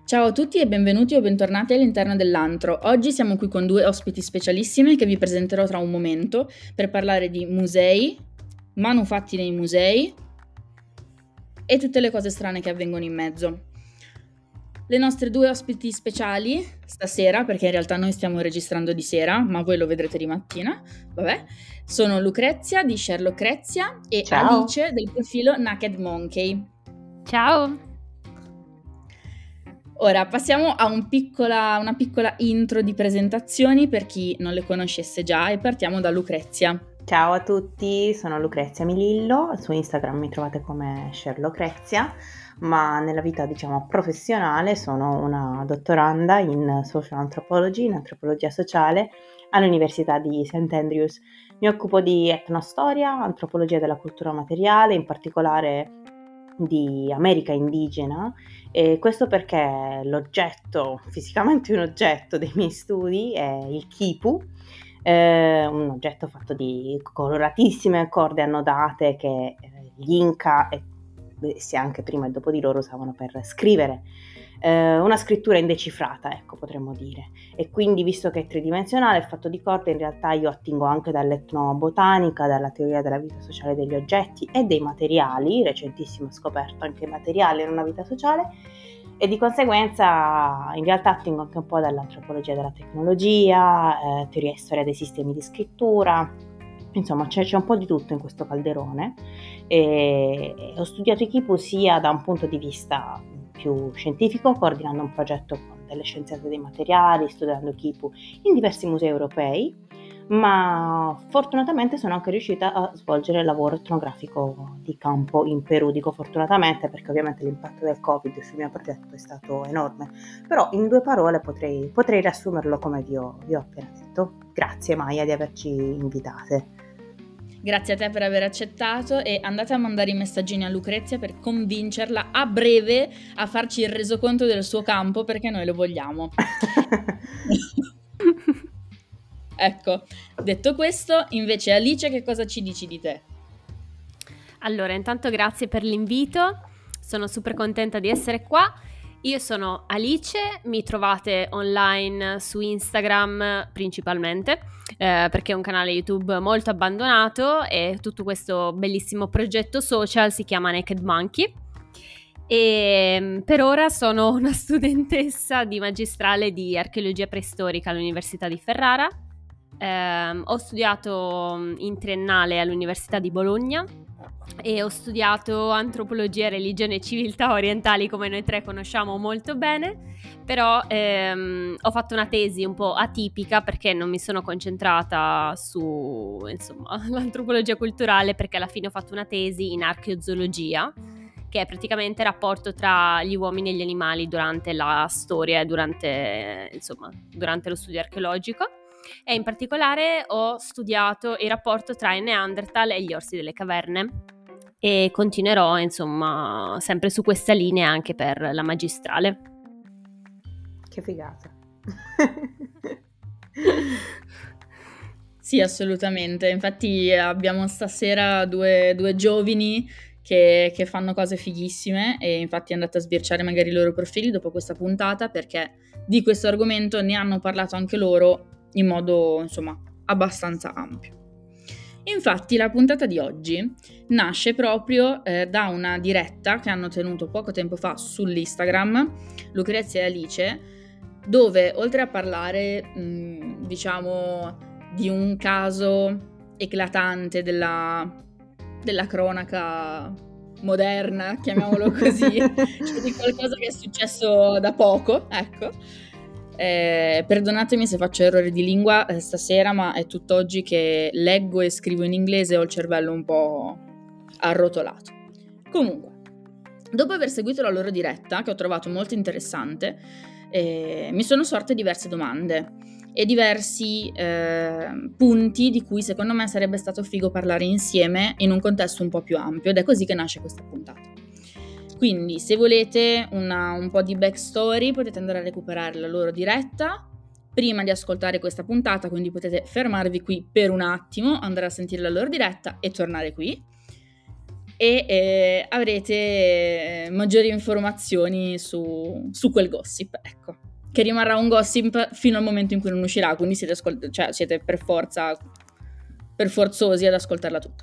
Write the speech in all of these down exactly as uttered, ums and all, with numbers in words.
Ciao a tutti e benvenuti o bentornati all'interno dell'antro. Oggi siamo qui con due ospiti specialissime che vi presenterò tra un momento per parlare di musei, manufatti nei musei e tutte le cose strane che avvengono in mezzo. Le nostre due ospiti speciali stasera, perché in realtà noi stiamo registrando di sera, ma voi lo vedrete di mattina, vabbè, sono Lucrezia di Sherlockrezia e Ciao. Alice del profilo Naked Monkey. Ciao! Ora passiamo a un piccola, una piccola intro di presentazioni per chi non le conoscesse già e partiamo da Lucrezia. Ciao a tutti, sono Lucrezia Milillo, su Instagram mi trovate come Sherlockrezia, ma nella vita diciamo professionale sono una dottoranda in Social Anthropology, in antropologia sociale all'Università di Saint Andrews. Mi occupo di etnostoria, antropologia della cultura materiale, in particolare di America indigena, e questo perché l'oggetto, fisicamente un oggetto dei miei studi è il quipu, eh, un oggetto fatto di coloratissime corde annodate che eh, gli Inca e sia anche prima e dopo di loro usavano per scrivere. Eh, una scrittura indecifrata, ecco, potremmo dire. E quindi, visto che è tridimensionale, il fatto di corde, in realtà io attingo anche dall'etnobotanica, dalla teoria della vita sociale degli oggetti e dei materiali, recentissima scoperta anche i materiali in una vita sociale, e di conseguenza in realtà attingo anche un po' dall'antropologia della tecnologia, eh, teoria e storia dei sistemi di scrittura. Insomma, c'è, c'è un po' di tutto in questo calderone e, e ho studiato i quipu sia da un punto di vista più scientifico, coordinando un progetto con delle scienziate dei materiali, studiando quipu in diversi musei europei, ma fortunatamente sono anche riuscita a svolgere il lavoro etnografico di campo in Perù. Dico fortunatamente perché ovviamente l'impatto del Covid sul mio progetto è stato enorme, però in due parole potrei, potrei riassumerlo come vi ho, vi ho appena detto. Grazie Maia di averci invitate. Grazie a te per aver accettato e andate a mandare i messaggini a Lucrezia per convincerla a breve a farci il resoconto del suo campo perché noi lo vogliamo. Ecco, detto questo, invece Alice, che cosa ci dici di te? Allora, intanto grazie per l'invito, sono super contenta di essere qua. Io sono Alice, mi trovate online su Instagram principalmente, eh, perché è un canale YouTube molto abbandonato e tutto questo bellissimo progetto social si chiama Naked Monkey. E per ora sono una studentessa di magistrale di archeologia preistorica all'Università di Ferrara. Eh, ho studiato in triennale all'Università di Bologna e ho studiato antropologia, religione e civiltà orientali, come noi tre conosciamo molto bene, però ehm, ho fatto una tesi un po' atipica perché non mi sono concentrata su, insomma, l'antropologia culturale, perché alla fine ho fatto una tesi in archeozoologia, che è praticamente il rapporto tra gli uomini e gli animali durante la storia e durante, insomma, durante lo studio archeologico. E in particolare ho studiato il rapporto tra i Neanderthal e gli orsi delle caverne e continuerò insomma sempre su questa linea anche per la magistrale. Che figata. Sì, assolutamente, infatti abbiamo stasera due, due giovani che, che fanno cose fighissime e infatti andate a sbirciare magari i loro profili dopo questa puntata perché di questo argomento ne hanno parlato anche loro in modo, insomma, abbastanza ampio. Infatti la puntata di oggi nasce proprio eh, da una diretta che hanno tenuto poco tempo fa sull'Instagram, Lucrezia e Alice, dove oltre a parlare, mh, diciamo, di un caso eclatante della, della cronaca moderna, chiamiamolo così, cioè di qualcosa che è successo da poco, ecco. Eh, perdonatemi se faccio errori di lingua eh, stasera, ma è tutt'oggi che leggo e scrivo in inglese e ho il cervello un po' arrotolato. Comunque, dopo aver seguito la loro diretta, che ho trovato molto interessante, eh, mi sono sorte diverse domande e diversi eh, punti di cui secondo me sarebbe stato figo parlare insieme in un contesto un po' più ampio, ed è così che nasce questa puntata. Quindi se volete una, un po' di backstory potete andare a recuperare la loro diretta prima di ascoltare questa puntata, quindi potete fermarvi qui per un attimo, andare a sentire la loro diretta e tornare qui. e eh, avrete maggiori informazioni su, su quel gossip, ecco, che rimarrà un gossip fino al momento in cui non uscirà, quindi siete, ascolt- cioè, siete per forza, per forzosi ad ascoltarla tutta.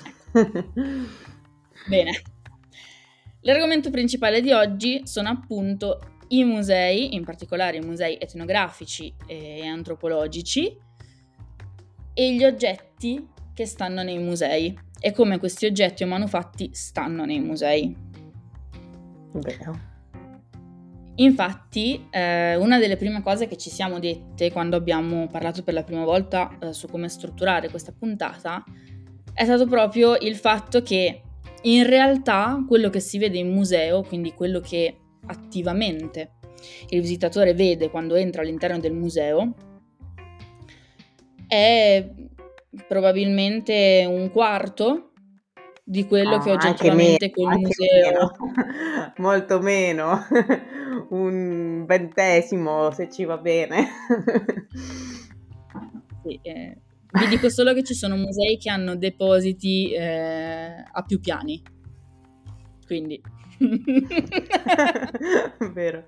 Bene. L'argomento principale di oggi sono appunto i musei, in particolare i musei etnografici e antropologici, e gli oggetti che stanno nei musei e come questi oggetti o manufatti stanno nei musei. Vero. Infatti, eh, una delle prime cose che ci siamo dette quando abbiamo parlato per la prima volta eh, su come strutturare questa puntata è stato proprio il fatto che in realtà quello che si vede in museo, quindi quello che attivamente il visitatore vede quando entra all'interno del museo, è probabilmente un quarto di quello Ah, che anche oggettivamente meno, quel anche museo... meno. Molto meno, un ventesimo se ci va bene. Sì, eh, vi dico solo che ci sono musei che hanno depositi eh, a più piani, quindi... Vero.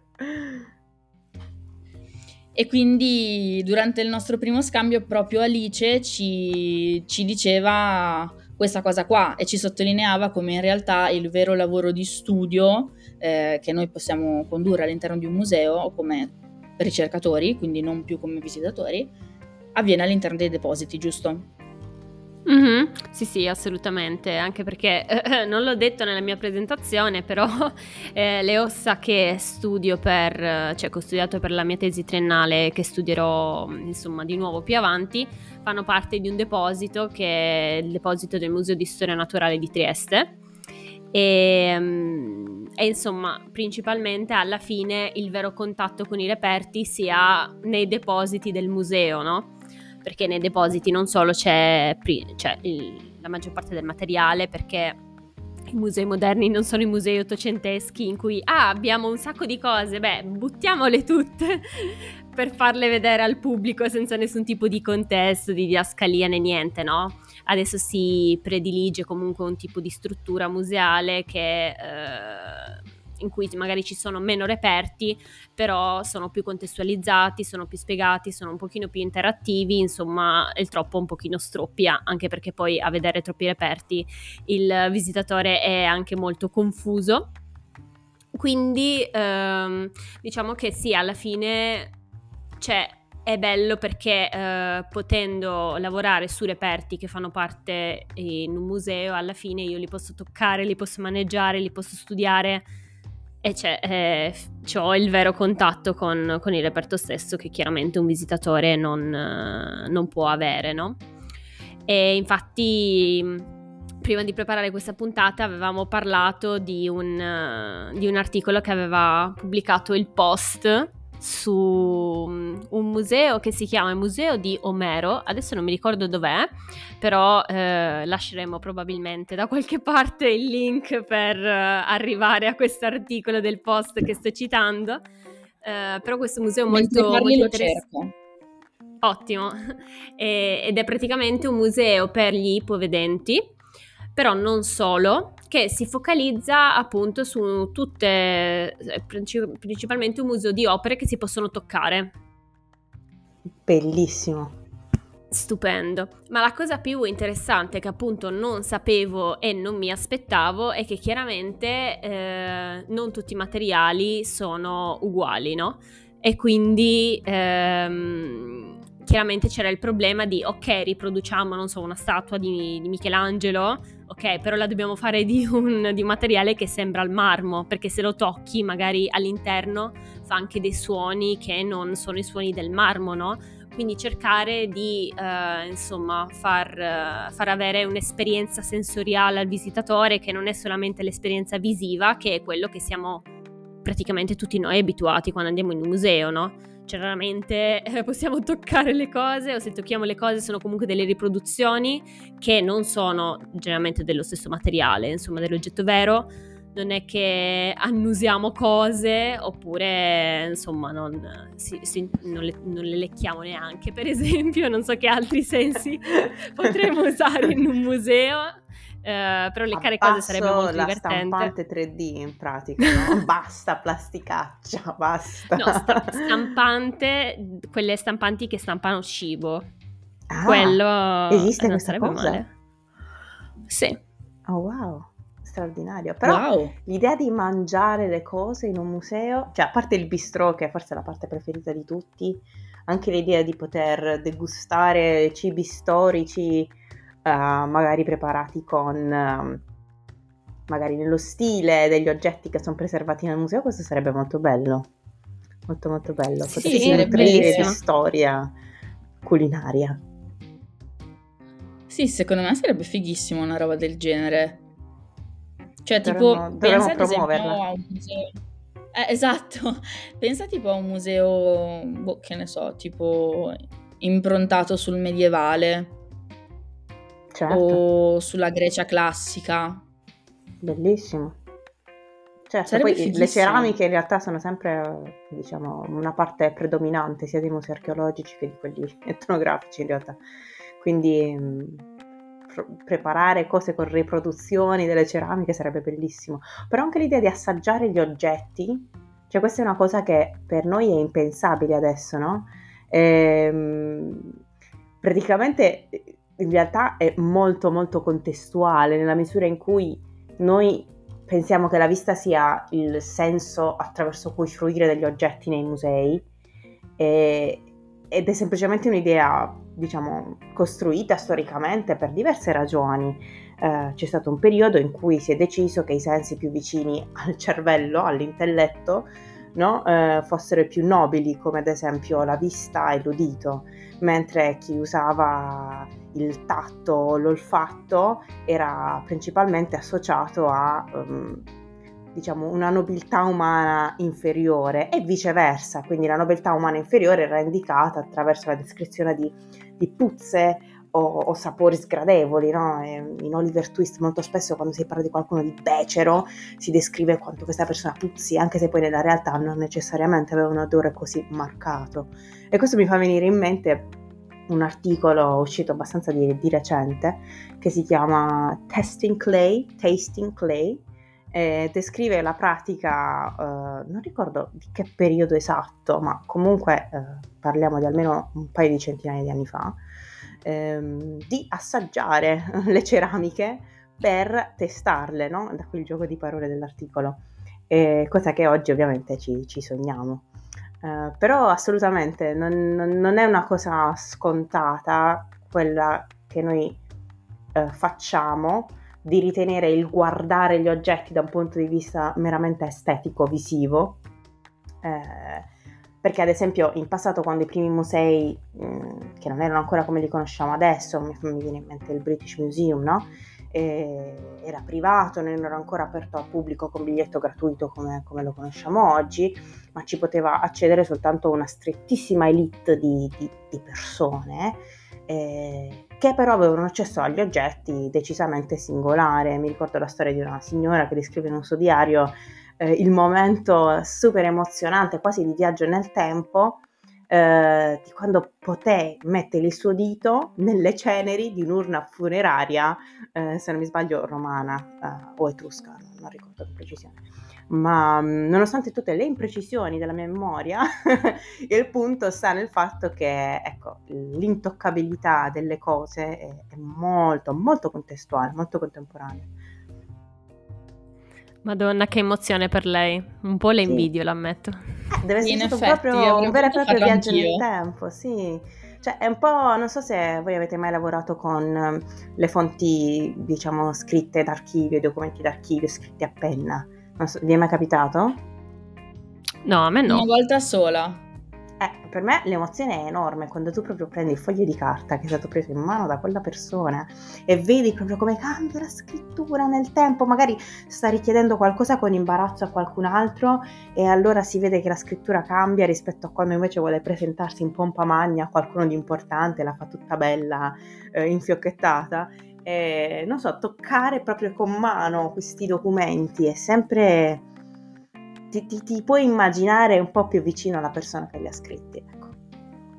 E quindi durante il nostro primo scambio proprio Alice ci, ci diceva questa cosa qua e ci sottolineava come in realtà il vero lavoro di studio eh, che noi possiamo condurre all'interno di un museo o come ricercatori, quindi non più come visitatori, avviene all'interno dei depositi, giusto? Mm-hmm. Sì, sì, assolutamente, anche perché eh, non l'ho detto nella mia presentazione, però eh, le ossa che studio per, cioè che ho studiato per la mia tesi triennale, che studierò insomma di nuovo più avanti, fanno parte di un deposito che è il deposito del Museo di Storia Naturale di Trieste e, e insomma principalmente alla fine il vero contatto con i reperti si ha nei depositi del museo, no? Perché nei depositi non solo c'è, c'è il, la maggior parte del materiale, perché i musei moderni non sono i musei ottocenteschi in cui ah, abbiamo un sacco di cose, beh, buttiamole tutte per farle vedere al pubblico senza nessun tipo di contesto, di didascalia né niente, no? Adesso si predilige comunque un tipo di struttura museale che... Eh, in cui magari ci sono meno reperti, però sono più contestualizzati, sono più spiegati, sono un pochino più interattivi, insomma il troppo un pochino stroppia, anche perché poi a vedere troppi reperti il visitatore è anche molto confuso. Quindi ehm, diciamo che sì, alla fine cioè, è bello perché eh, potendo lavorare su reperti che fanno parte in un museo, alla fine io li posso toccare, li posso maneggiare, li posso studiare, e c'è, eh, c'ho il vero contatto con, con il reperto stesso che chiaramente un visitatore non, eh, non può avere, no? E infatti prima di preparare questa puntata avevamo parlato di un, uh, di un articolo che aveva pubblicato il Post su un museo che si chiama il Museo di Omero, adesso non mi ricordo dov'è, però eh, lasceremo probabilmente da qualche parte il link per uh, arrivare a questo articolo del Post che sto citando, uh, però questo museo è molto, molto interessante. Ottimo, e, ed è praticamente un museo per gli ipovedenti, però non solo, che si focalizza appunto su tutte, principalmente un museo di opere che si possono toccare. Bellissimo. Stupendo. Ma la cosa più interessante che appunto non sapevo e non mi aspettavo è che chiaramente eh, non tutti i materiali sono uguali, no? E quindi ehm, chiaramente c'era il problema di ok, riproduciamo, non so, una statua di, di Michelangelo, ok, però la dobbiamo fare di un, di un materiale che sembra il marmo, perché se lo tocchi magari all'interno fa anche dei suoni che non sono i suoni del marmo, no? Quindi cercare di eh, insomma far, uh, far avere un'esperienza sensoriale al visitatore che non è solamente l'esperienza visiva, che è quello che siamo praticamente tutti noi abituati quando andiamo in un museo, no? Cioè raramente eh, possiamo toccare le cose, o se tocchiamo le cose sono comunque delle riproduzioni che non sono generalmente dello stesso materiale, insomma dell'oggetto vero. Non è che annusiamo cose oppure insomma non, si, si, non, le, non le lecchiamo neanche, per esempio, non so che altri sensi potremmo usare in un museo, eh, però leccare cose sarebbe molto la divertente. stampante tre D in pratica, no? Basta plasticaccia, basta. No, sta- stampante, quelle stampanti che stampano cibo. Ah, Quello esiste non questa sarebbe cosa? male. Sì. Oh wow, straordinario. Però Wow. l'idea di mangiare le cose in un museo, cioè a parte il bistrò che forse è la parte preferita di tutti, anche l'idea di poter degustare cibi storici, eh, magari preparati con, eh, magari nello stile degli oggetti che sono preservati nel museo, questo sarebbe molto bello, molto molto bello, Sì, potersi sì, nutrire di bellissimo. storia culinaria. Sì, secondo me sarebbe fighissimo una roba del genere. Cioè, Dovremmo, tipo, dovremmo pensa ad esempio promuoverla. a un museo. Eh, esatto, pensa tipo a un museo, boh, che ne so, tipo improntato sul medievale Certo, o sulla Grecia classica. bellissimo. Certo, Sarebbe poi le fighissimo. ceramiche in realtà sono sempre, diciamo, una parte predominante sia dei musei archeologici che di quelli etnografici in realtà. Quindi mh, pro- preparare cose con riproduzioni delle ceramiche sarebbe bellissimo. Però anche l'idea di assaggiare gli oggetti, cioè questa è una cosa che per noi è impensabile adesso, no? Ehm, praticamente in realtà è molto molto contestuale nella misura in cui noi pensiamo che la vista sia il senso attraverso cui fruire degli oggetti nei musei e, ed è semplicemente un'idea, diciamo, costruita storicamente per diverse ragioni. Eh, c'è stato un periodo in cui si è deciso che i sensi più vicini al cervello, all'intelletto, no, eh, fossero i più nobili, come ad esempio la vista e l'udito, mentre chi usava il tatto o l'olfatto era principalmente associato a um, diciamo una nobiltà umana inferiore e viceversa, quindi la nobiltà umana inferiore era indicata attraverso la descrizione di, di puzze o, o sapori sgradevoli, no? E in Oliver Twist molto spesso quando si parla di qualcuno di becero si descrive quanto questa persona puzzi, anche se poi nella realtà non necessariamente aveva un odore così marcato. E questo mi fa venire in mente un articolo uscito abbastanza di, di recente che si chiama Tasting Clay, Tasting Clay, eh, descrive la pratica, eh, non ricordo di che periodo esatto, ma comunque eh, parliamo di almeno un paio di centinaia di anni fa, ehm, di assaggiare le ceramiche per testarle, no? Da qui il gioco di parole dell'articolo, eh, cosa che oggi ovviamente ci, ci sogniamo. Uh, però assolutamente non, non, non è una cosa scontata quella che noi uh, facciamo di ritenere il guardare gli oggetti da un punto di vista meramente estetico, visivo, eh, perché ad esempio in passato quando i primi musei mh, che non erano ancora come li conosciamo adesso, mi, mi viene in mente il British Museum, no? Eh, era privato, non era ancora aperto al pubblico con biglietto gratuito come, come lo conosciamo oggi, ma ci poteva accedere soltanto una strettissima elite di, di, di persone eh, che però avevano accesso agli oggetti decisamente singolare. Mi ricordo la storia di una signora che descrive in un suo diario eh, il momento super emozionante, quasi di viaggio nel tempo, Eh, di quando poté mettere il suo dito nelle ceneri di un'urna funeraria, eh, se non mi sbaglio romana eh, o etrusca, non ricordo con precisione, ma mh, nonostante tutte le imprecisioni della mia memoria il punto sta nel fatto che ecco, l'intoccabilità delle cose è, è molto molto contestuale, molto contemporanea. Madonna, che emozione per lei. Un po' le Sì. invidio, l'ammetto. Eh, deve essere In stato effetti, proprio avrei un vero e voluto proprio farlo viaggio nel anch'io. tempo, sì. Cioè, è un po', non so se voi avete mai lavorato con eh, le fonti, diciamo, scritte d'archivio, i documenti d'archivio scritti a penna. Non so, vi è mai capitato? No, a me no. Una volta sola. Eh, per me l'emozione è enorme quando tu proprio prendi il foglio di carta che è stato preso in mano da quella persona e vedi proprio come cambia la scrittura nel tempo, magari sta richiedendo qualcosa con imbarazzo a qualcun altro e allora si vede che la scrittura cambia rispetto a quando invece vuole presentarsi in pompa magna a qualcuno di importante, la fa tutta bella, eh, infiocchettata. E, non so, toccare proprio con mano questi documenti è sempre... Ti, ti, ti puoi immaginare un po' più vicino alla persona che li ha scritti, ecco.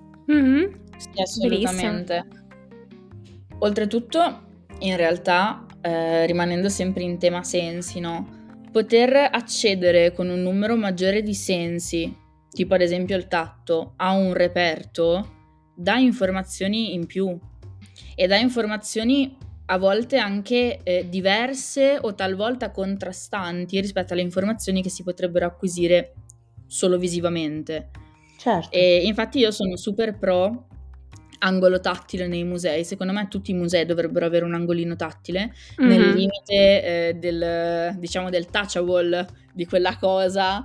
Mm-hmm. Sì, assolutamente. Oltretutto, in realtà, eh, rimanendo sempre in tema sensi, no? Poter accedere con un numero maggiore di sensi, tipo ad esempio il tatto, a un reperto, dà informazioni in più e dà informazioni a volte anche eh, diverse o talvolta contrastanti rispetto alle informazioni che si potrebbero acquisire solo visivamente. Certo. E infatti io sono super pro angolo tattile nei musei. Secondo me tutti i musei dovrebbero avere un angolino tattile Mhm. nel limite eh, del, diciamo, del touchable di quella cosa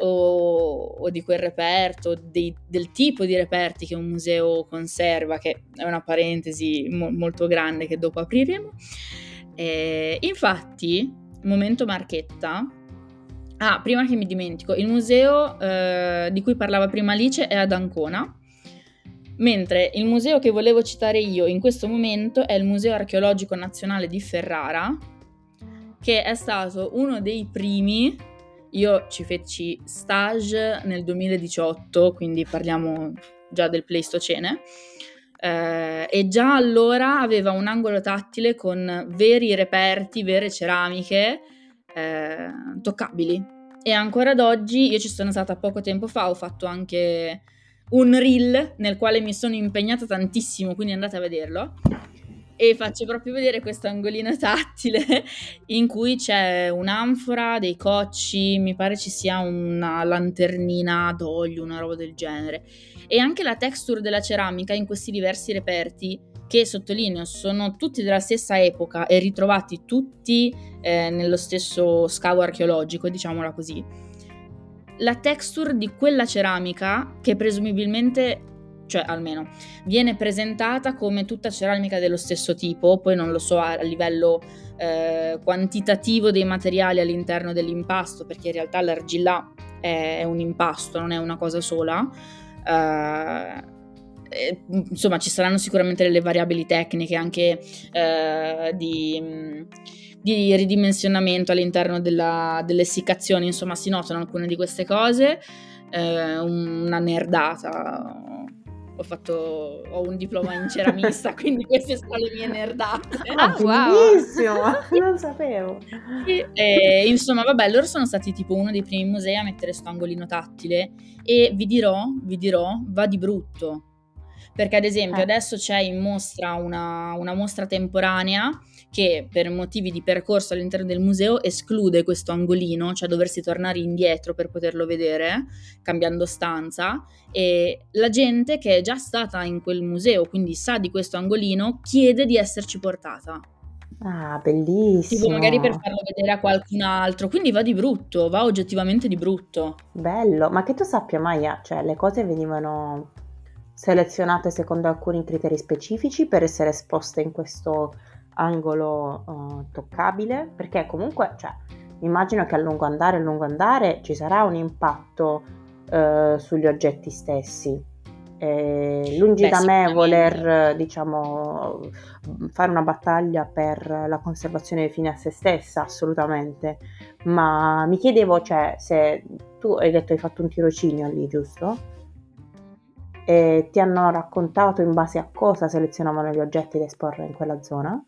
o, o di quel reperto, dei- del tipo di reperti che un museo conserva, che è una parentesi mo- molto grande che dopo apriremo. Eh, infatti, momento marchetta. Ah, prima che mi dimentico, il museo eh, di cui parlava prima Alice è ad Ancona, mentre il museo che volevo citare io in questo momento è il Museo Archeologico Nazionale di Ferrara, che è stato uno dei primi. Io ci feci stage nel duemiladiciotto, quindi parliamo già del Pleistocene, eh, e già allora aveva un angolo tattile con veri reperti, vere ceramiche eh, toccabili. E ancora ad oggi, io ci sono stata poco tempo fa, ho fatto anche un reel nel quale mi sono impegnata tantissimo, quindi andate a vederlo. E faccio proprio vedere questo angolino tattile in cui c'è un'anfora, dei cocci, mi pare ci sia una lanternina d'olio, una roba del genere. E anche la texture della ceramica in questi diversi reperti, che sottolineo sono tutti della stessa epoca e ritrovati tutti eh, nello stesso scavo archeologico, diciamola così. La texture di quella ceramica, che presumibilmente, cioè almeno, viene presentata come tutta ceramica dello stesso tipo, poi non lo so a livello eh, quantitativo dei materiali all'interno dell'impasto, perché in realtà l'argilla è un impasto, non è una cosa sola. Uh, eh, insomma, ci saranno sicuramente delle variabili tecniche anche eh, di, di ridimensionamento all'interno della, delle essiccazioni, insomma si notano alcune di queste cose. Eh, una nerdata. Ho fatto ho un diploma in ceramista, quindi queste sono le mie nerdate. Ah, bellissimo! Non sapevo. E, e, insomma, vabbè, loro sono stati tipo uno dei primi musei a mettere sto angolino tattile e vi dirò, vi dirò, va di brutto. Perché ad esempio eh. adesso c'è in mostra una, una mostra temporanea che per motivi di percorso all'interno del museo esclude questo angolino, cioè doversi tornare indietro per poterlo vedere, cambiando stanza, e la gente che è già stata in quel museo, quindi sa di questo angolino, chiede di esserci portata. Ah, bellissimo. Tipo magari per farlo vedere a qualcun altro, quindi va di brutto, va oggettivamente di brutto. Bello, ma che tu sappia Maya, cioè le cose venivano selezionate secondo alcuni criteri specifici per essere esposte in questo angolo uh, toccabile, perché comunque, cioè, immagino che a lungo andare, a lungo andare ci sarà un impatto uh, sugli oggetti stessi. Eh, lungi Beh, da me voler, diciamo, fare una battaglia per la conservazione fine a se stessa, assolutamente, ma mi chiedevo, cioè, se tu hai detto hai fatto un tirocinio lì, giusto? E ti hanno raccontato in base a cosa selezionavano gli oggetti da esporre in quella zona?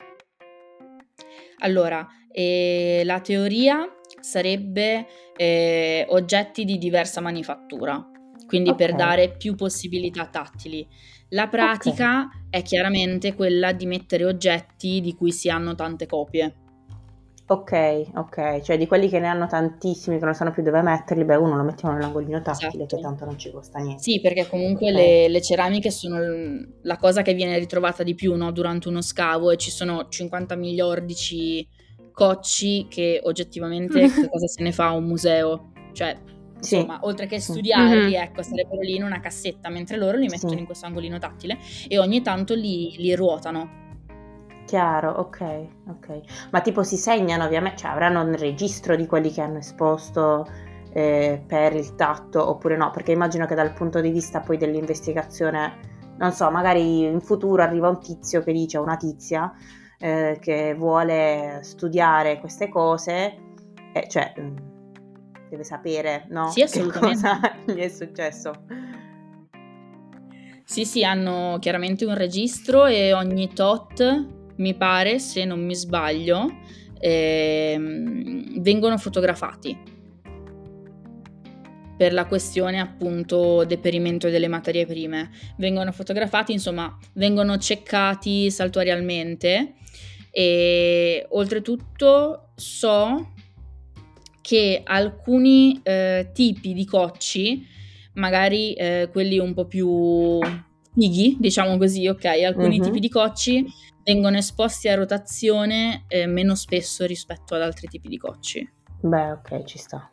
Allora, eh, la teoria sarebbe eh, oggetti di diversa manifattura, quindi Okay. per dare più possibilità tattili. La pratica Okay. è chiaramente quella di mettere oggetti di cui si hanno tante copie. Ok, ok, cioè di quelli che ne hanno tantissimi che non sanno più dove metterli, beh uno lo mettiamo nell'angolino tattile Esatto. che tanto non ci costa niente. Sì, perché comunque Ok. le, le ceramiche sono l- la cosa che viene ritrovata di più, no, durante uno scavo, e ci sono cinquanta miliardici cocci che oggettivamente che cosa se ne fa un museo? Cioè, Sì, insomma, oltre che sì. studiarli, Mhm. ecco, sarebbero lì in una cassetta, mentre loro li mettono Sì. in questo angolino tattile e ogni tanto li, li ruotano. Chiaro, ok, ok. Ma tipo si segnano ovviamente, cioè avranno un registro di quelli che hanno esposto eh, per il tatto oppure no? Perché immagino che dal punto di vista poi dell'investigazione, non so, magari in futuro arriva un tizio che dice, una tizia eh, che vuole studiare queste cose, e cioè mm, deve sapere, no? Sì, Che assolutamente. cosa gli è successo. Sì, sì, hanno chiaramente un registro e ogni tot, mi pare, se non mi sbaglio, ehm, vengono fotografati per la questione appunto deperimento delle materie prime. Vengono fotografati, insomma, vengono ceccati saltuariamente e oltretutto so che alcuni eh, tipi di cocci, magari eh, quelli un po' più fighi, diciamo così, ok, alcuni Mhm. tipi di cocci vengono esposti a rotazione eh, meno spesso rispetto ad altri tipi di cocci. Beh, ok, ci sta.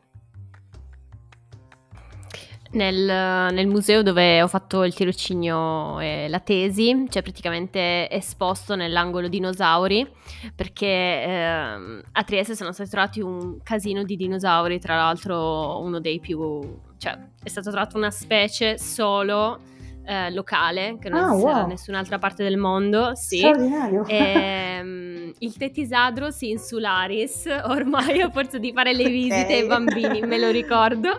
Nel, nel museo dove ho fatto il tirocinio e la tesi c'è praticamente esposto nell'angolo dinosauri, perché ehm, a Trieste sono stati trovati un casino di dinosauri, tra l'altro uno dei più, cioè è stata trovata una specie solo eh, locale che non Ah, esiste da wow. nessun'altra parte del mondo, sì. Straordinario. Ehm, il Tetisadrus insularis, ormai a forza di fare le visite ai Ok. bambini me lo ricordo.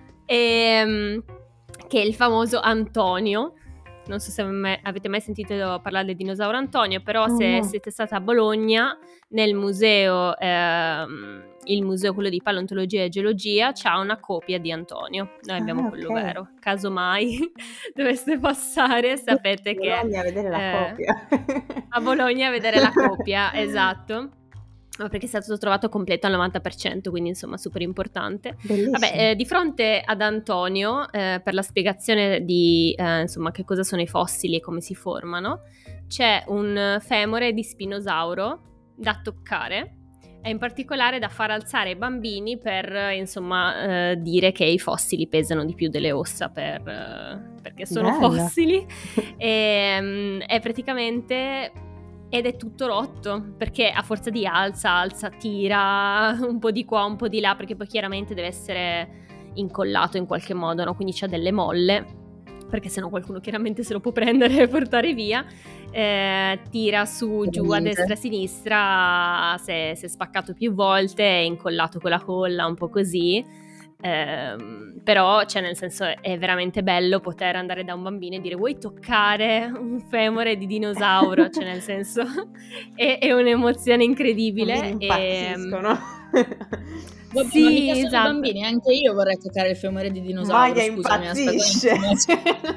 E, che è il famoso Antonio. Non so se me- avete mai sentito parlare del dinosauro Antonio, però Oh, se no. siete stati a Bologna, nel museo, ehm, il museo quello di paleontologia e geologia, c'ha una copia di Antonio. Noi abbiamo Ah, quello ok. vero. Casomai doveste passare, sapete che Bologna a vedere la eh, copia. a Bologna a vedere la copia, esatto. Ma perché è stato trovato completo al novanta per cento, quindi insomma super importante. Bellissimo. Vabbè, eh, di fronte ad Antonio, eh, per la spiegazione di eh, insomma che cosa sono i fossili e come si formano, c'è un femore di spinosauro da toccare e in particolare da far alzare i bambini per eh, insomma eh, dire che i fossili pesano di più delle ossa per, eh, perché sono Bello. fossili e mm, è praticamente... ed è tutto rotto, perché a forza di alza, alza, tira un po' di qua, un po' di là, perché poi chiaramente deve essere incollato in qualche modo, no? Quindi c'ha delle molle, perché sennò qualcuno chiaramente se lo può prendere e portare via, eh, tira su, giù, a Ovviamente. destra, a sinistra, si è, si è spaccato più volte, è incollato con la colla, un po' così. Ehm, però cioè nel senso è veramente bello poter andare da un bambino e dire vuoi toccare un femore di dinosauro, cioè nel senso è, è un'emozione incredibile. I bambini e, impazziscono. Vabbè, sì, ma mica solo esatto. i bambini, anche io vorrei toccare il femore di dinosauro. Maya Scusami, impazzisce. aspetta.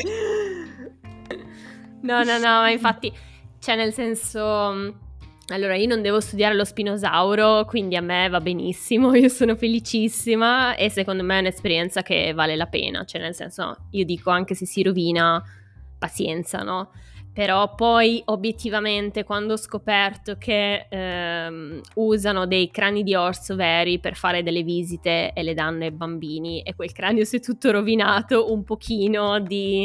No, no, no, ma infatti, cioè nel senso, allora io non devo studiare lo spinosauro, quindi a me va benissimo, io sono felicissima e secondo me è un'esperienza che vale la pena, cioè nel senso, io dico anche se si rovina, pazienza, no? Però poi obiettivamente quando ho scoperto che ehm, usano dei crani di orso veri per fare delle visite e le danno ai bambini e quel cranio si è tutto rovinato, un pochino di,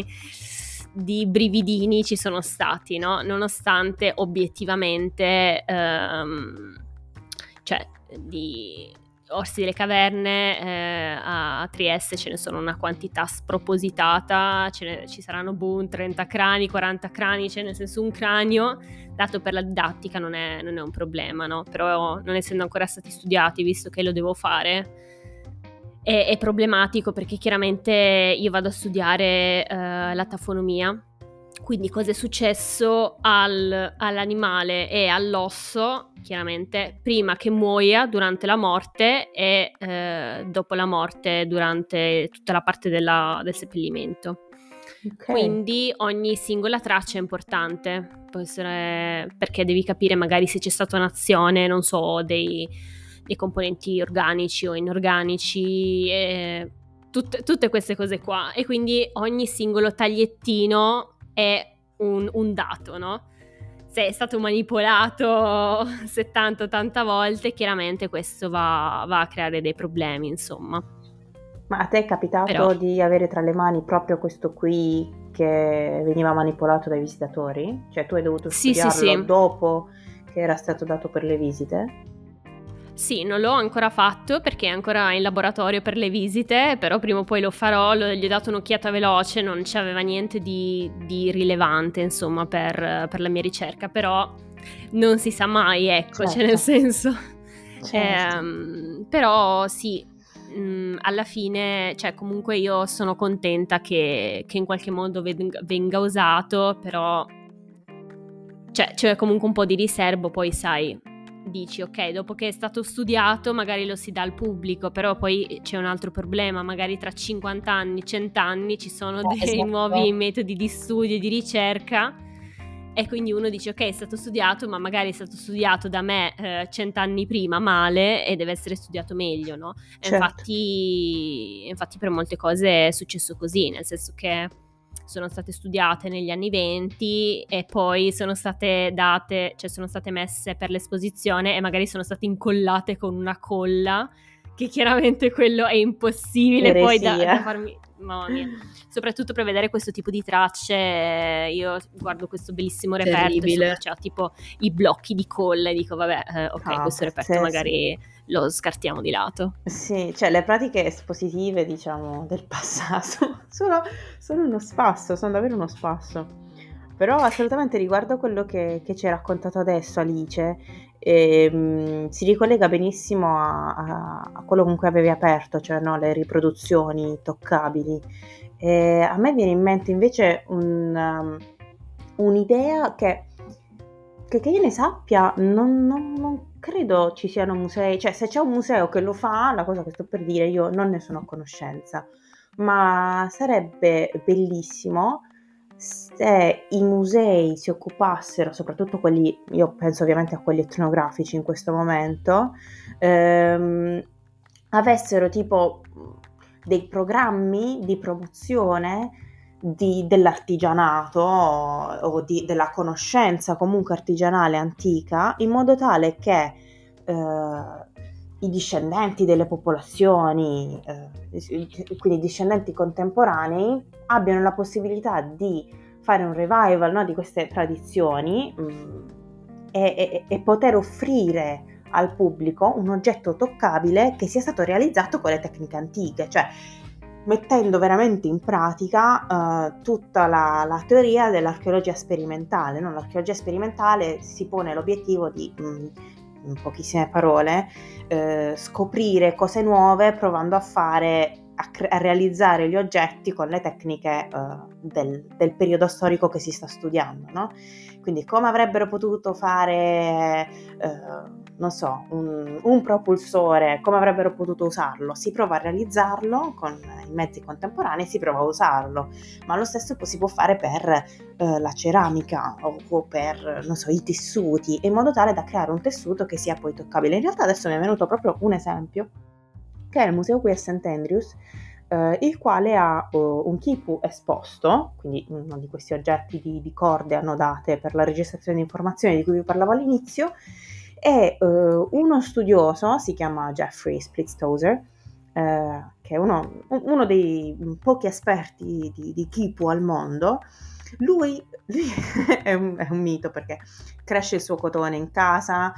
di brividini ci sono stati, no? Nonostante obiettivamente ehm, cioè di orsi delle caverne eh, a Trieste ce ne sono una quantità spropositata, ce ne, ci saranno boom, trenta crani, quaranta crani, cioè nel senso un cranio dato per la didattica non è, non è un problema, no? Però non essendo ancora stati studiati, visto che lo devo fare, è, è problematico perché chiaramente io vado a studiare eh, la tafonomia, quindi cosa è successo al, all'animale e all'osso, chiaramente prima che muoia durante la morte e eh, dopo la morte durante tutta la parte della, del seppellimento. Ok. Quindi ogni singola traccia è importante, può essere perché devi capire magari se c'è stata un'azione, non so, dei, dei componenti organici o inorganici, e tutte, tutte queste cose qua. E quindi ogni singolo tagliettino è un, un dato, no? Se è stato manipolato settanta ottanta volte, chiaramente questo va, va a creare dei problemi, insomma. Ma a te è capitato Però- di avere tra le mani proprio questo qui che veniva manipolato dai visitatori? Cioè tu hai dovuto Sì, sì, studiarlo sì. dopo che era stato dato per le visite? Sì, non l'ho ancora fatto perché è ancora in laboratorio per le visite, però prima o poi lo farò, lo- gli ho dato un'occhiata veloce, non c'aveva niente di, di rilevante, insomma, per, per la mia ricerca, però non si sa mai, ecco, cioè Certo. nel senso... Certo. Ehm, però sì, mh, alla fine, cioè comunque io sono contenta che, che in qualche modo venga, venga usato, però... cioè c'è comunque un po' di riservo, poi sai, dici ok, dopo che è stato studiato magari lo si dà al pubblico, però poi c'è un altro problema, magari tra cinquanta anni, cento anni ci sono Eh, dei esatto. nuovi metodi di studio e di ricerca, e quindi uno dice ok, è stato studiato, ma magari è stato studiato da me eh, cent'anni prima male e deve essere studiato meglio, no? E Certo. infatti, infatti per molte cose è successo così, nel senso che sono state studiate negli anni venti e poi sono state date, cioè sono state messe per l'esposizione e magari sono state incollate con una colla, che chiaramente quello è impossibile poi da, Eresia. da farmi... Mamma mia. Soprattutto per vedere questo tipo di tracce, io guardo questo bellissimo reperto e Terribile. sopra c'ha tipo i blocchi di colla e dico vabbè, eh, ok, Ah, questo reperto pazzesco. magari lo scartiamo di lato. Sì, cioè le pratiche espositive, diciamo, del passato sono, sono uno spasso, sono davvero uno spasso. Però assolutamente riguardo a quello che, che ci hai raccontato adesso, Alice, ehm, si ricollega benissimo a, a- a quello con cui avevi aperto, cioè no, le riproduzioni toccabili. E a me viene in mente invece un, um, un'idea che, che, che io ne sappia, non, non- non credo ci siano musei, cioè se c'è un museo che lo fa, la cosa che sto per dire io non ne sono a conoscenza, ma sarebbe bellissimo se i musei si occupassero, soprattutto quelli, io penso ovviamente a quelli etnografici in questo momento, ehm, avessero tipo dei programmi di promozione di- dell'artigianato o di- della conoscenza comunque artigianale antica, in modo tale che eh, i discendenti delle popolazioni, eh, quindi i discendenti contemporanei, abbiano la possibilità di fare un revival, no, di queste tradizioni mh, e, e- e poter offrire al pubblico un oggetto toccabile che sia stato realizzato con le tecniche antiche, cioè mettendo veramente in pratica eh, tutta la, la teoria dell'archeologia sperimentale, no? L'archeologia sperimentale si pone l'obiettivo di, mh, in pochissime parole, eh, scoprire cose nuove provando a fare, a, cre- a realizzare gli oggetti con le tecniche eh, del, del periodo storico che si sta studiando, no? Quindi come avrebbero potuto fare, eh, non so, un, un propulsore, come avrebbero potuto usarlo? Si prova a realizzarlo con i mezzi contemporanei, si prova a usarlo, ma lo stesso si può fare per eh, la ceramica o, o per, non so, i tessuti, in modo tale da creare un tessuto che sia poi toccabile. In realtà adesso mi è venuto proprio un esempio, che è il museo qui a Saint Andrews, eh, il quale ha uh, un quipu esposto, quindi uno di questi oggetti di, di corde annodate per la registrazione di informazioni di cui vi parlavo all'inizio, e uh, uno studioso, si chiama Jeffrey Splitstoser, eh, che è uno, uno dei pochi esperti di, di quipu al mondo. Lui, lui è, un, è un mito, perché cresce il suo cotone in casa,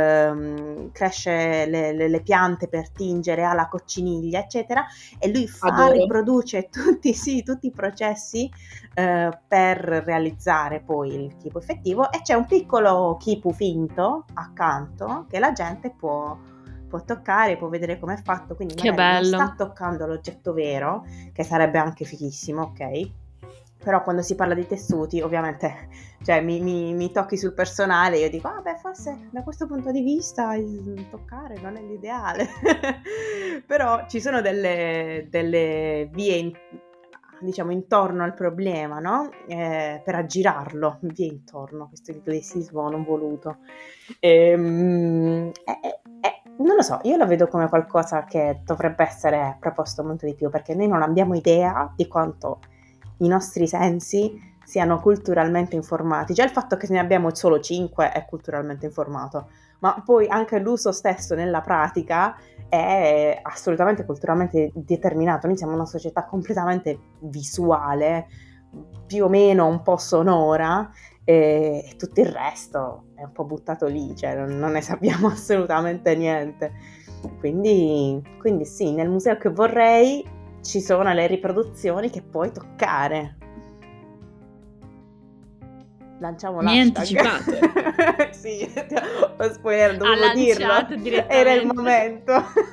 ehm, cresce le, le, le piante per tingere, ha la cocciniglia, eccetera, e lui fa, Adoro. riproduce tutti, sì, tutti i processi eh, per realizzare poi il quipu effettivo, e c'è un piccolo quipu finto accanto che la gente può, può toccare, può vedere com'è fatto, quindi Che magari bello. non sta toccando l'oggetto vero, che sarebbe anche fighissimo, ok? Però quando si parla di tessuti, ovviamente, cioè, mi, mi, mi tocchi sul personale, io dico, ah beh, forse da questo punto di vista il toccare non è l'ideale. Però ci sono delle, delle vie, in, diciamo, intorno al problema, no? Eh, per aggirarlo, vie intorno, questo inglesismo non voluto. Ehm, E, e, e, non lo so, io lo vedo come qualcosa che dovrebbe essere proposto molto di più, perché noi non abbiamo idea di quanto i nostri sensi siano culturalmente informati. Già il fatto che ne abbiamo solo cinque è culturalmente informato, ma poi anche l'uso stesso nella pratica è assolutamente culturalmente determinato. Noi siamo una società completamente visuale, più o meno un po' sonora, e, e tutto il resto è un po' buttato lì, cioè non, non ne sappiamo assolutamente niente. Quindi, quindi sì, nel museo che vorrei ci sono le riproduzioni che puoi toccare. Lanciamo Mi hai l'hashtag. anticipato. Sì, ho spoiler, dovevo Ha dirlo. lanciato direttamente. Era il momento.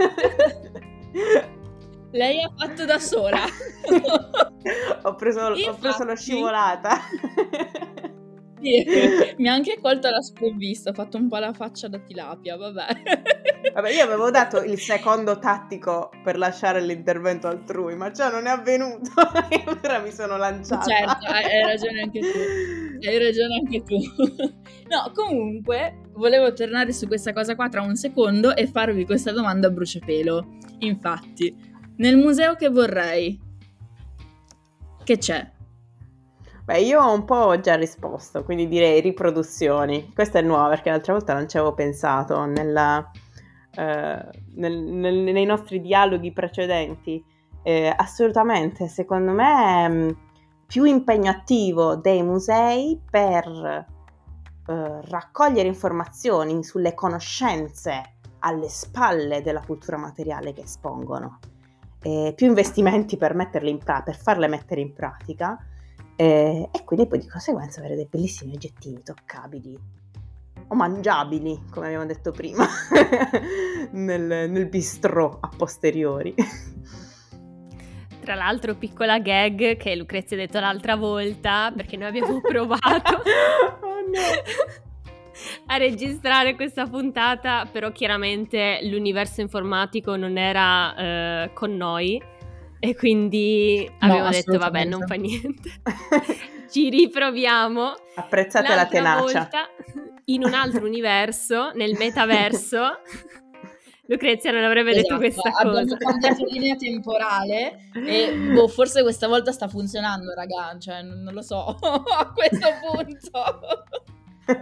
Lei ha fatto da sola. ho preso, ho Infatti- preso lo scivolata. Sì, mi ha anche colto alla sprovvista, ho fatto un po' la faccia da tilapia, vabbè. Vabbè, io avevo dato il secondo tattico per lasciare l'intervento altrui, ma ciò non è avvenuto, e allora mi sono lanciata. Certo, hai, hai ragione anche tu, hai ragione anche tu. No, comunque, volevo tornare su questa cosa qua tra un secondo e farvi questa domanda a bruciapelo. Infatti, nel museo che vorrei, che c'è? Beh, io ho un po' già risposto, quindi direi riproduzioni. Questa è nuova perché l'altra volta non ci avevo pensato nella, eh, nel- nel- nei nostri dialoghi precedenti. Eh, assolutamente, secondo me, mh, più impegno attivo dei musei per eh, raccogliere informazioni sulle conoscenze alle spalle della cultura materiale che espongono. Eh, più investimenti per metterle in pra- per farle mettere in pratica. Eh, e quindi poi di conseguenza avere dei bellissimi oggettini toccabili o mangiabili, come abbiamo detto prima, nel, nel bistrò a posteriori. Tra l'altro, piccola gag che Lucrezia ha detto l'altra volta, perché noi abbiamo provato Oh no. a registrare questa puntata, però chiaramente l'universo informatico non era eh, con noi e quindi No, abbiamo detto vabbè, assolutamente. non fa niente, ci riproviamo. Apprezzate la L'altra tenacia. volta, in un altro universo, nel metaverso, Lucrezia non avrebbe detto Esatto, questa abbiamo cosa. cambiato linea temporale e boh, forse questa volta sta funzionando, raga, cioè non, non lo so, a questo punto.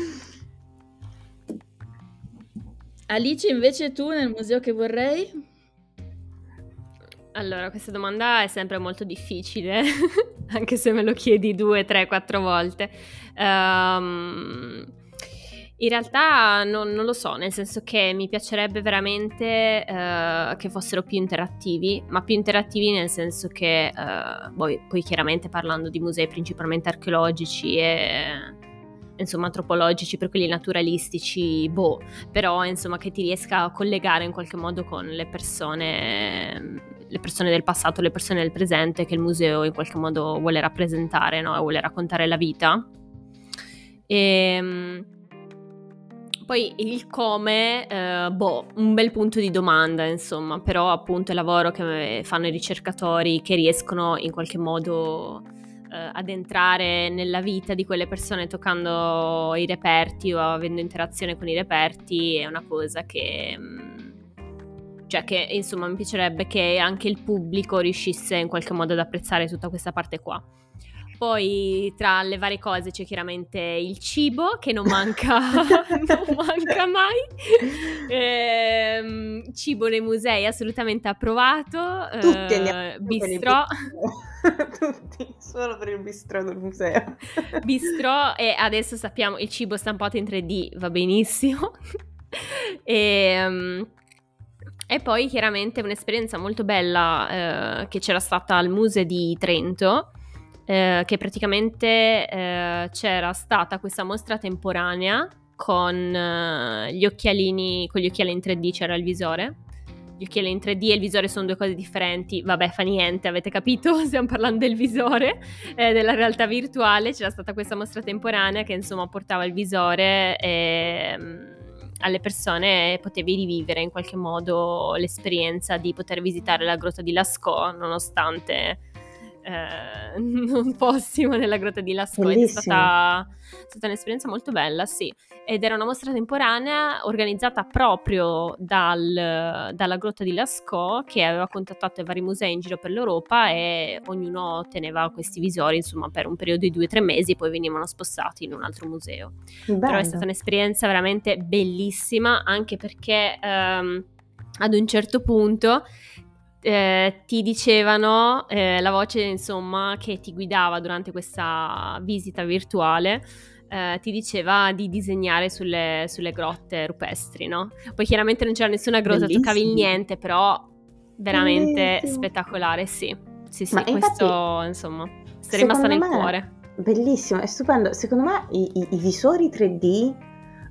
Alice, invece tu nel museo che vorrei? Allora, questa domanda è sempre molto difficile, anche se me lo chiedi due, tre, quattro volte. Ehm, in realtà non, non lo so, nel senso che mi piacerebbe veramente eh, che fossero più interattivi, ma più interattivi nel senso che, eh, poi, poi chiaramente parlando di musei principalmente archeologici e insomma antropologici, per quelli naturalistici, boh, però insomma che ti riesca a collegare in qualche modo con le persone, le persone del passato, le persone del presente che il museo in qualche modo vuole rappresentare, no? E vuole raccontare la vita. E poi il come, eh, boh, un bel punto di domanda, insomma, però appunto il lavoro che fanno i ricercatori che riescono in qualche modo eh, ad entrare nella vita di quelle persone toccando i reperti o avendo interazione con i reperti è una cosa che, cioè che insomma mi piacerebbe che anche il pubblico riuscisse in qualche modo ad apprezzare tutta questa parte qua. Poi tra le varie cose c'è chiaramente il cibo che non manca, non manca mai. Ehm, cibo nei musei assolutamente approvato. Tutti eh, andiamo bistrò. Tutti, solo per il bistrò del museo. Bistrò e adesso sappiamo il cibo stampato in tre D va benissimo. e, um, e poi chiaramente un'esperienza molto bella eh, che c'era stata al Museo di Trento. Eh, che praticamente eh, c'era stata questa mostra temporanea con eh, gli occhialini, con gli occhiali in tre D c'era il visore. Gli occhiali in tre D e il visore sono due cose differenti, vabbè fa niente, avete capito? Stiamo parlando del visore, eh, della realtà virtuale. C'era stata questa mostra temporanea che insomma portava il visore e mh, alle persone potevi rivivere in qualche modo l'esperienza di poter visitare la grotta di Lascaux nonostante Eh, non fossimo nella grotta di Lascaux. È stata, è stata un'esperienza molto bella, sì, ed era una mostra temporanea organizzata proprio dal, dalla grotta di Lascaux, che aveva contattato i vari musei in giro per l'Europa e ognuno teneva questi visori insomma per un periodo di due o tre mesi e poi venivano spostati in un altro museo. Bello. Però è stata un'esperienza veramente bellissima, anche perché ehm, ad un certo punto Eh, ti dicevano eh, la voce insomma che ti guidava durante questa visita virtuale eh, ti diceva di disegnare sulle, sulle grotte rupestri, no? Poi chiaramente non c'era nessuna grotta, Bellissimo. toccavi il niente, però veramente Bellissimo. spettacolare, sì, sì, sì, Ma questo infatti, insomma è rimasta nel me, cuore. Bellissimo, è stupendo. Secondo me i, i, i visori tre D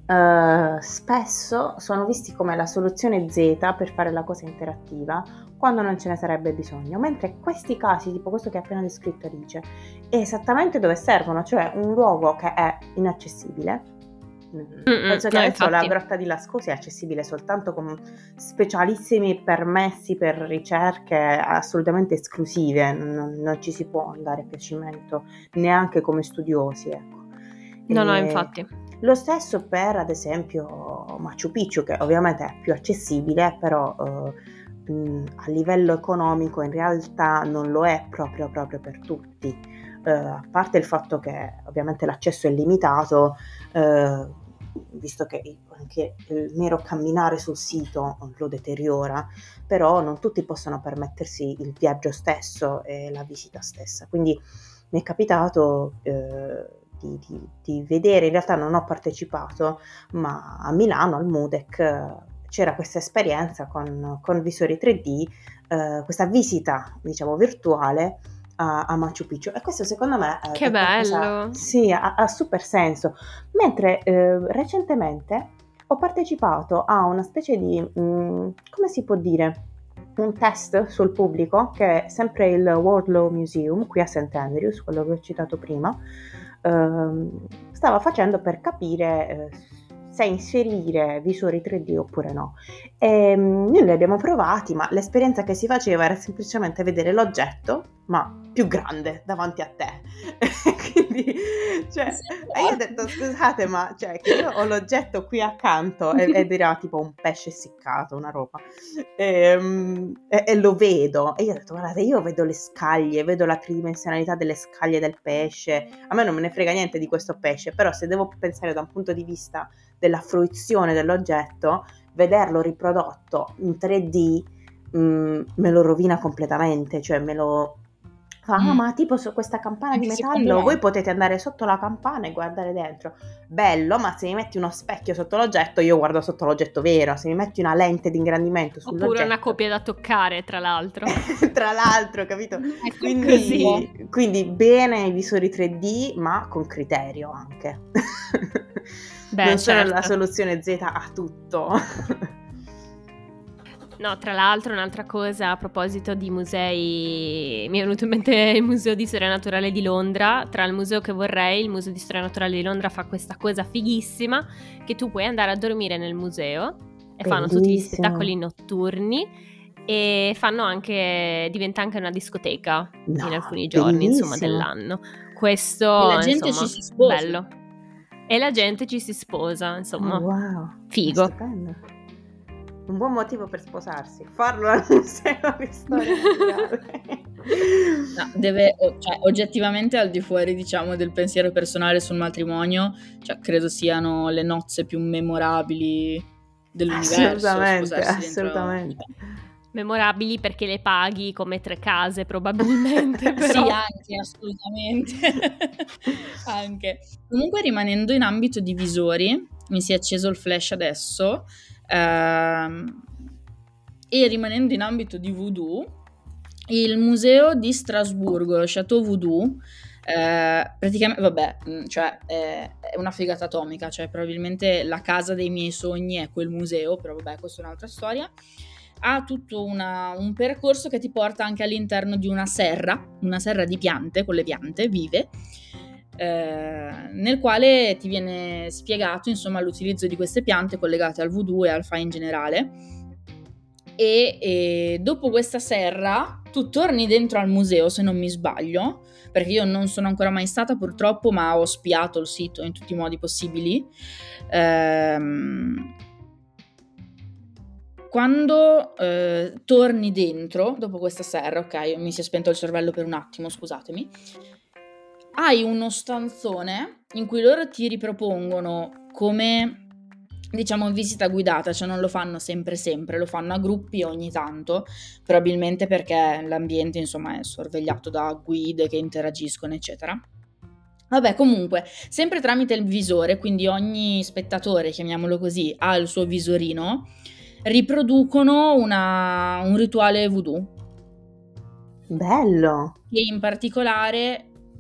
eh, spesso sono visti come la soluzione Z per fare la cosa interattiva quando non ce ne sarebbe bisogno, mentre questi casi, tipo questo che ha appena descritto Alice, è esattamente dove servono, cioè un luogo che è inaccessibile. Mm-mm, Penso che no, adesso la infatti. Grotta di Lascaux sia accessibile soltanto con specialissimi permessi per ricerche assolutamente esclusive, non, non ci si può andare a piacimento neanche come studiosi, ecco. No, no, E infatti. lo stesso per, ad esempio, Machu Picchu, che ovviamente è più accessibile, però eh, mh, a livello economico in realtà non lo è proprio, proprio per tutti. Eh, a parte il fatto che ovviamente l'accesso è limitato, eh, visto che anche il mero camminare sul sito lo deteriora, però non tutti possono permettersi il viaggio stesso e la visita stessa. Quindi mi è capitato eh, di, di, di vedere, in realtà non ho partecipato, ma a Milano al MUDEC eh, c'era questa esperienza con, con visori tre D, eh, questa visita, diciamo, virtuale a, a Machu Picchu, e questo secondo me eh, Che è qualcosa, bello. sì, ha, ha super senso. Mentre eh, recentemente ho partecipato a una specie di, mh, come si può dire, un test sul pubblico che è sempre il World Law Museum qui a Saint Andrews, quello che ho citato prima, ehm, stava facendo per capire eh, se inserire visori tre D oppure no. E, mh, noi li abbiamo provati, ma l'esperienza che si faceva era semplicemente vedere l'oggetto, ma più grande davanti a te. Quindi, cioè, e io ho detto, scusate, ma cioè, che io ho l'oggetto qui accanto ed ed era tipo un pesce essiccato, una roba, e, e, e lo vedo, e io ho detto, guardate, io vedo le scaglie, vedo la tridimensionalità delle scaglie del pesce, a me non me ne frega niente di questo pesce, però se devo pensare da un punto di vista della fruizione dell'oggetto, vederlo riprodotto in tre D mh, me lo rovina completamente, cioè me lo... Ah, Mm. ma tipo su questa campana di Anche secondo metallo, me. voi potete andare sotto la campana e guardare dentro. Bello, ma se mi metti uno specchio sotto l'oggetto, io guardo sotto l'oggetto vero. Se mi metti una lente di ingrandimento Oppure sull'oggetto... una copia da toccare, tra l'altro. Tra l'altro, capito? Ecco, Quindi, quindi bene i visori tre D, ma con criterio anche. Beh, Non sono la certo. soluzione Z a tutto. No, tra l'altro un'altra cosa a proposito di musei, mi è venuto in mente il Museo di Storia Naturale di Londra. Tra il museo che vorrei, il Museo di Storia Naturale di Londra fa questa cosa fighissima, che tu puoi andare a dormire nel museo e fanno tutti gli Bellissimo. spettacoli notturni e fanno anche, diventa anche una discoteca No, in alcuni giorni, insomma, bellissimo. dell'anno. E Questo, la gente insomma, ci si sposa. bello. E la gente ci si sposa, insomma, Oh, wow, figo. è stupendo. Un buon motivo per sposarsi, farlo al museo di storia naturale. No, deve, cioè, oggettivamente al di fuori, diciamo, del pensiero personale sul matrimonio, cioè, credo siano le nozze più memorabili dell'universo. Assolutamente, sposarsi dentro- assolutamente. Memorabili perché le paghi come tre case probabilmente, però. Sì, anche, assolutamente. Anche. Comunque, rimanendo in ambito di visori, mi si è acceso il flash adesso, ehm, e rimanendo in ambito di voodoo, il museo di Strasburgo, lo Chateau Voodoo, eh, praticamente, vabbè, mh, cioè è, è una figata atomica, cioè probabilmente la casa dei miei sogni è quel museo, però vabbè, questa è un'altra storia. Ha tutto una- un percorso che ti porta anche all'interno di una serra, una serra di piante, con le piante vive, eh, nel quale ti viene spiegato, insomma, l'utilizzo di queste piante collegate al voodoo e al fa in generale. E, e dopo questa serra tu torni dentro al museo, se non mi sbaglio, perché io non sono ancora mai stata purtroppo, ma ho spiato il sito in tutti i modi possibili. Ehm, quando eh, torni dentro, dopo questa serra, ok, mi si è spento il cervello per un attimo, scusatemi, hai uno stanzone in cui loro ti ripropongono come, diciamo, visita guidata, cioè non lo fanno sempre sempre, lo fanno a gruppi ogni tanto, probabilmente perché l'ambiente, insomma, è sorvegliato da guide che interagiscono, eccetera. Vabbè, comunque, sempre tramite il visore, quindi ogni spettatore, chiamiamolo così, ha il suo visorino, riproducono una, un rituale voodoo. Bello. E in particolare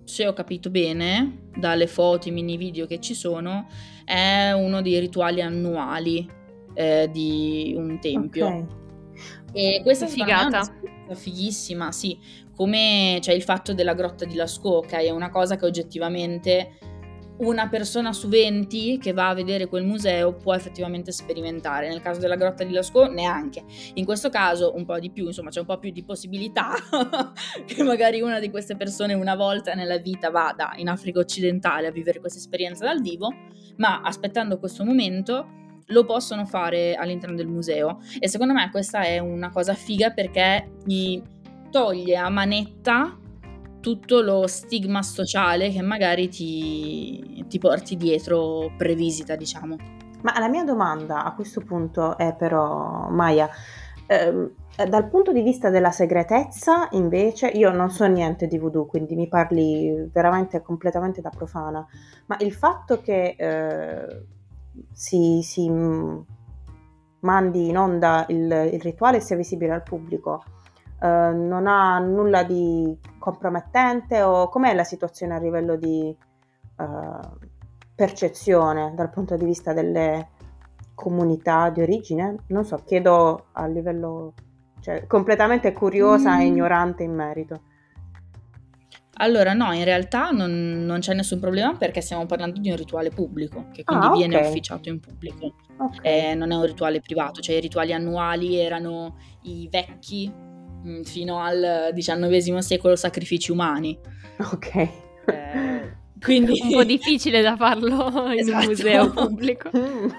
se ho capito bene, dalle foto, i mini video che ci sono, è uno dei rituali annuali eh, di un tempio. Ok. E questa Che secondo me è figata. un'esperienza fighissima, sì, come c'è il fatto della grotta di Lascaux, ok? È una cosa che oggettivamente una persona su venti che va a vedere quel museo può effettivamente sperimentare. Nel caso della grotta di Lascaux neanche. In questo caso un po' di più, insomma c'è un po' più di possibilità che magari una di queste persone una volta nella vita vada in Africa occidentale a vivere questa esperienza dal vivo, ma aspettando questo momento lo possono fare all'interno del museo. E secondo me questa è una cosa figa perché ti toglie a manetta tutto lo stigma sociale che magari ti, ti porti dietro previsita, diciamo. Ma la mia domanda a questo punto è però, Maya, ehm, dal punto di vista della segretezza, invece, io non so niente di voodoo, quindi mi parli veramente completamente da profana, ma il fatto che eh, si, si mm, mandi in onda il, il rituale e sia visibile al pubblico, eh, non ha nulla di compromettente, o com'è la situazione a livello di eh, percezione dal punto di vista delle comunità di origine? Non so, chiedo a livello, cioè, completamente curiosa e Mm. ignorante in merito. Allora, no, in realtà non, non c'è nessun problema perché stiamo parlando di un rituale pubblico, che quindi Ah, viene ok. officiato in pubblico. Ok. Eh, non è un rituale privato, cioè i rituali annuali erano i vecchi mh, fino al diciannovesimo secolo sacrifici umani. Ok. Eh, quindi Un po' difficile da farlo in Esatto. un museo pubblico.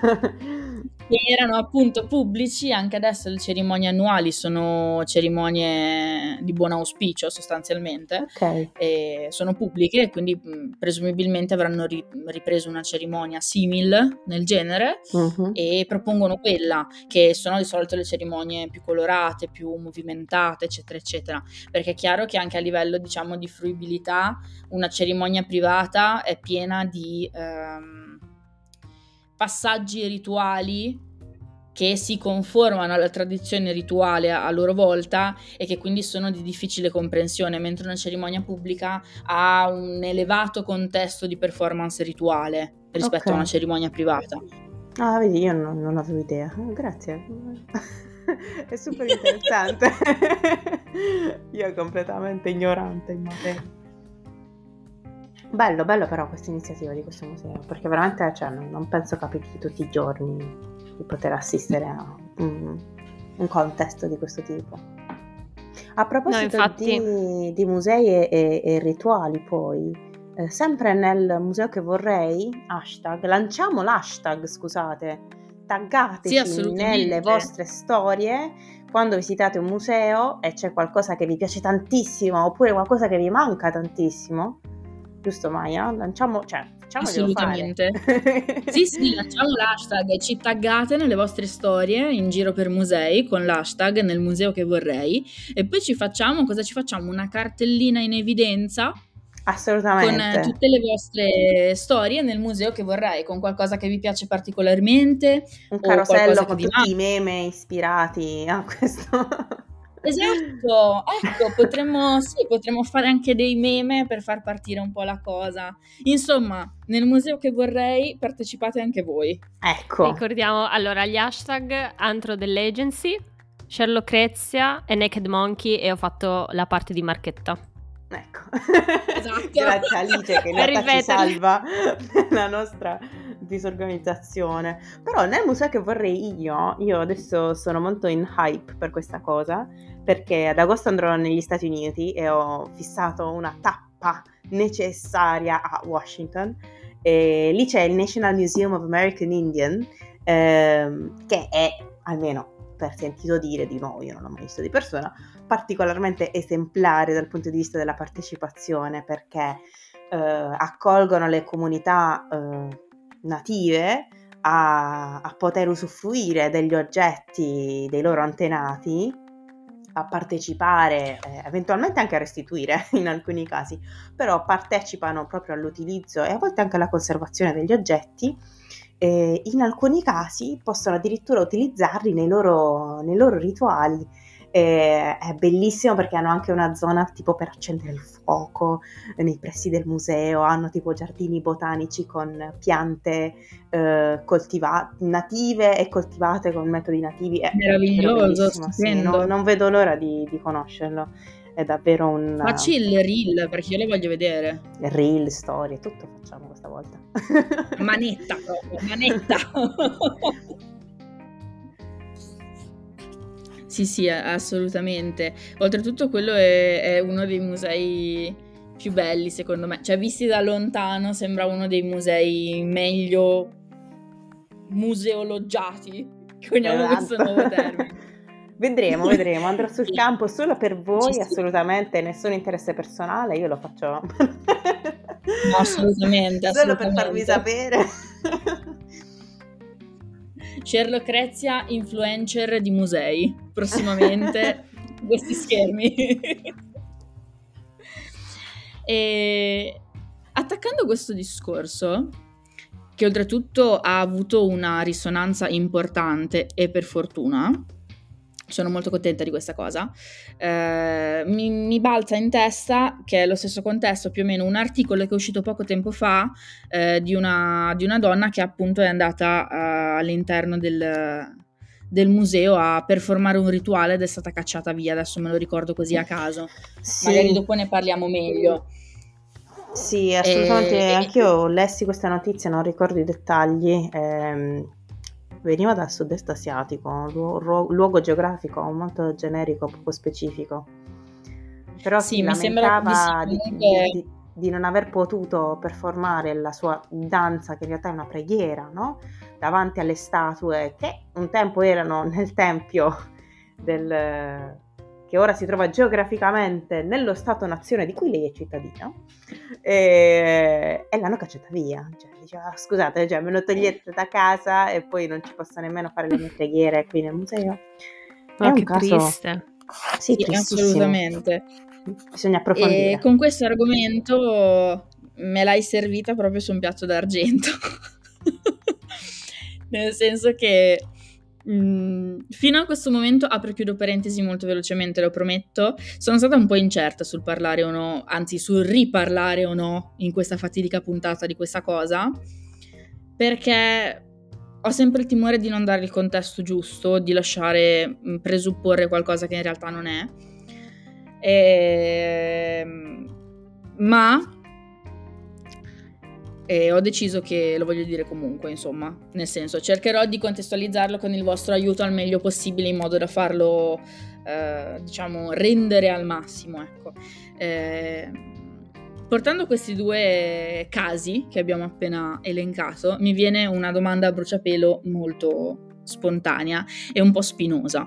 che erano appunto pubblici. Anche adesso le cerimonie annuali sono cerimonie di buon auspicio sostanzialmente, Ok. e sono pubbliche, quindi mh, presumibilmente avranno ri- ripreso una cerimonia simile nel genere Mhm. e propongono quella, che sono di solito le cerimonie più colorate, più movimentate, eccetera eccetera, perché è chiaro che anche a livello diciamo di fruibilità una cerimonia privata è piena di ehm, passaggi rituali che si conformano alla tradizione rituale a loro volta e che quindi sono di difficile comprensione, mentre una cerimonia pubblica ha un elevato contesto di performance rituale rispetto Ok. a una cerimonia privata. Ah, vedi, io non, non avevo idea. Oh, grazie. È super interessante. Io completamente ignorante in materia. Bello, bello però questa iniziativa di questo museo, perché veramente, cioè, non, non penso capiti tutti i giorni di poter assistere a un, un contesto di questo tipo. A proposito infatti. di, di musei e, e- e rituali, poi, eh, sempre nel museo che vorrei, hashtag, lanciamo l'hashtag, scusate, taggateci Sì, assolutamente. nelle vostre storie quando visitate un museo e c'è qualcosa che vi piace tantissimo oppure qualcosa che vi manca tantissimo. Giusto, Maya? Lanciamo, cioè, facciamoglielo Assolutamente. fare. Sì, sì, lanciamo l'hashtag, ci taggate nelle vostre storie in giro per musei con l'hashtag nel museo che vorrei e poi ci facciamo, cosa ci facciamo? Una cartellina in evidenza con Assolutamente. eh, tutte le vostre storie nel museo che vorrei, con qualcosa che vi piace particolarmente Un o qualcosa carosello che con vi tutti i manca. meme ispirati a questo. Esatto, ecco, potremmo, sì, potremmo fare anche dei meme per far partire un po' la cosa. Insomma, nel museo che vorrei partecipate anche voi. Ecco. Ricordiamo allora gli hashtag Antro dell'Agency, Sherlockrazia e Naked Monkey, e ho fatto la parte di Marchetta. Ecco. Esatto. Grazie Alice che in Per realtà ci ripeterle. salva la nostra disorganizzazione. Però nel museo che vorrei io, io adesso sono molto in hype per questa cosa, perché ad agosto andrò negli Stati Uniti e ho fissato una tappa necessaria a Washington. E lì c'è il National Museum of American Indian, ehm, che è, almeno per sentito dire, di nuovo io non l'ho mai visto di persona, particolarmente esemplare dal punto di vista della partecipazione, perché eh, accolgono le comunità eh, native a, a poter usufruire degli oggetti dei loro antenati, a partecipare, eh, eventualmente anche a restituire in alcuni casi, però partecipano proprio all'utilizzo e a volte anche alla conservazione degli oggetti. Eh, in alcuni casi possono addirittura utilizzarli nei loro, nei loro rituali. E è bellissimo perché hanno anche una zona tipo per accendere il fuoco nei pressi del museo, hanno tipo giardini botanici con piante eh, coltivate, native e coltivate con metodi nativi. È Meraviglioso, sì, stupendo. non, non vedo l'ora di, di conoscerlo. È davvero un... Facci il reel perché io lo voglio vedere. Reel, storie, tutto facciamo questa volta. Manetta proprio, manetta. Sì, sì, assolutamente. Oltretutto quello è, è uno dei musei più belli secondo me. Cioè, visti da lontano sembra uno dei musei meglio museologgiati. Coniamo Esatto. questo nuovo termine. Vedremo, vedremo, andrò sul Sì. campo solo per voi, Sì, sì. assolutamente, nessun interesse personale, io lo faccio No, assolutamente, solo assolutamente. per farvi sapere. Sherlockreccia influencer di musei, prossimamente questi schermi. E attaccando questo discorso, che oltretutto ha avuto una risonanza importante e per fortuna, sono molto contenta di questa cosa, eh, mi, mi balza in testa che è lo stesso contesto, più o meno un articolo che è uscito poco tempo fa eh, di, una, di una donna che appunto è andata uh, all'interno del, del museo a performare un rituale ed è stata cacciata via, adesso me lo ricordo così a caso, Sì. Magari dopo ne parliamo meglio. Sì, assolutamente, E... anch'io lessi questa notizia, non ricordo i dettagli, ehm, veniva dal sud-est asiatico, un luogo, luogo geografico molto generico, poco specifico, però sì, si mi sembra lamentava di, di, sì, di, di, di non aver potuto performare la sua danza, che in realtà è una preghiera, no? Davanti alle statue che un tempo erano nel tempio del... che ora si trova geograficamente nello Stato-nazione di cui lei è cittadina, e, e l'hanno cacciata via. Cioè, diceva, scusate, cioè, me lo togliete da casa e poi non ci posso nemmeno fare le mie preghiere qui nel museo. È Oh, un che caso... triste. Sì, sì, tristissimo. assolutamente. Bisogna approfondire. E con questo argomento me l'hai servita proprio su un piatto d'argento. Nel senso che mh, fino a questo momento, apro e chiudo parentesi molto velocemente, lo prometto, sono stata un po' incerta sul parlare o no, anzi sul riparlare o no in questa fatidica puntata di questa cosa, perché ho sempre il timore di non dare il contesto giusto, di lasciare mh, presupporre qualcosa che in realtà non è. E... ma e ho deciso che lo voglio dire comunque, insomma, nel senso, cercherò di contestualizzarlo con il vostro aiuto al meglio possibile in modo da farlo, eh, diciamo, rendere al massimo, ecco. Eh, portando questi due casi che abbiamo appena elencato, mi viene una domanda a bruciapelo molto spontanea e un po' spinosa.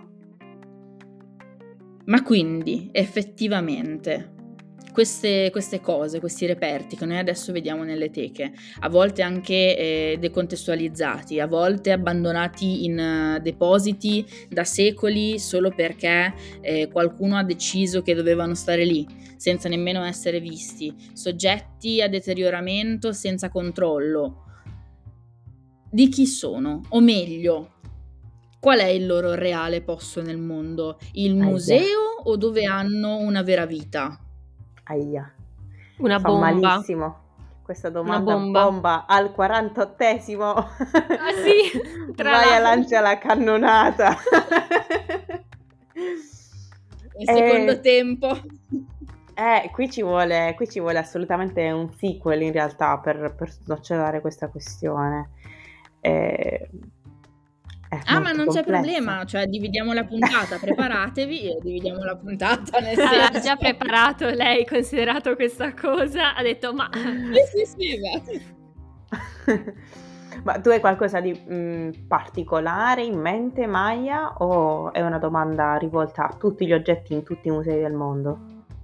Ma quindi, effettivamente, queste, queste cose, questi reperti che noi adesso vediamo nelle teche, a volte anche eh, decontestualizzati, a volte abbandonati in uh, depositi da secoli solo perché eh, qualcuno ha deciso che dovevano stare lì, senza nemmeno essere visti, soggetti a deterioramento senza controllo. Di chi sono? O meglio, qual è il loro reale posto nel mondo? Il museo Aia. O dove hanno una vera vita? Aia. Una Fa bomba. malissimo. Questa domanda bomba. bomba al quarantottesimo. Ah sì, tra vai l'altro. a lancia la cannonata. Il secondo eh, tempo. Eh, qui ci vuole, qui ci vuole assolutamente un sequel in realtà per, per snocciolare questa questione. Eh, Ah, ma non complessa. c'è problema, cioè dividiamo la puntata, preparatevi e dividiamo la puntata. Nel senso. Ha già preparato lei, considerato questa cosa, ha detto ma... Sì, sì, sì, ma... ma tu hai qualcosa di mh, particolare in mente, Maya, o è una domanda rivolta a tutti gli oggetti in tutti i musei del mondo?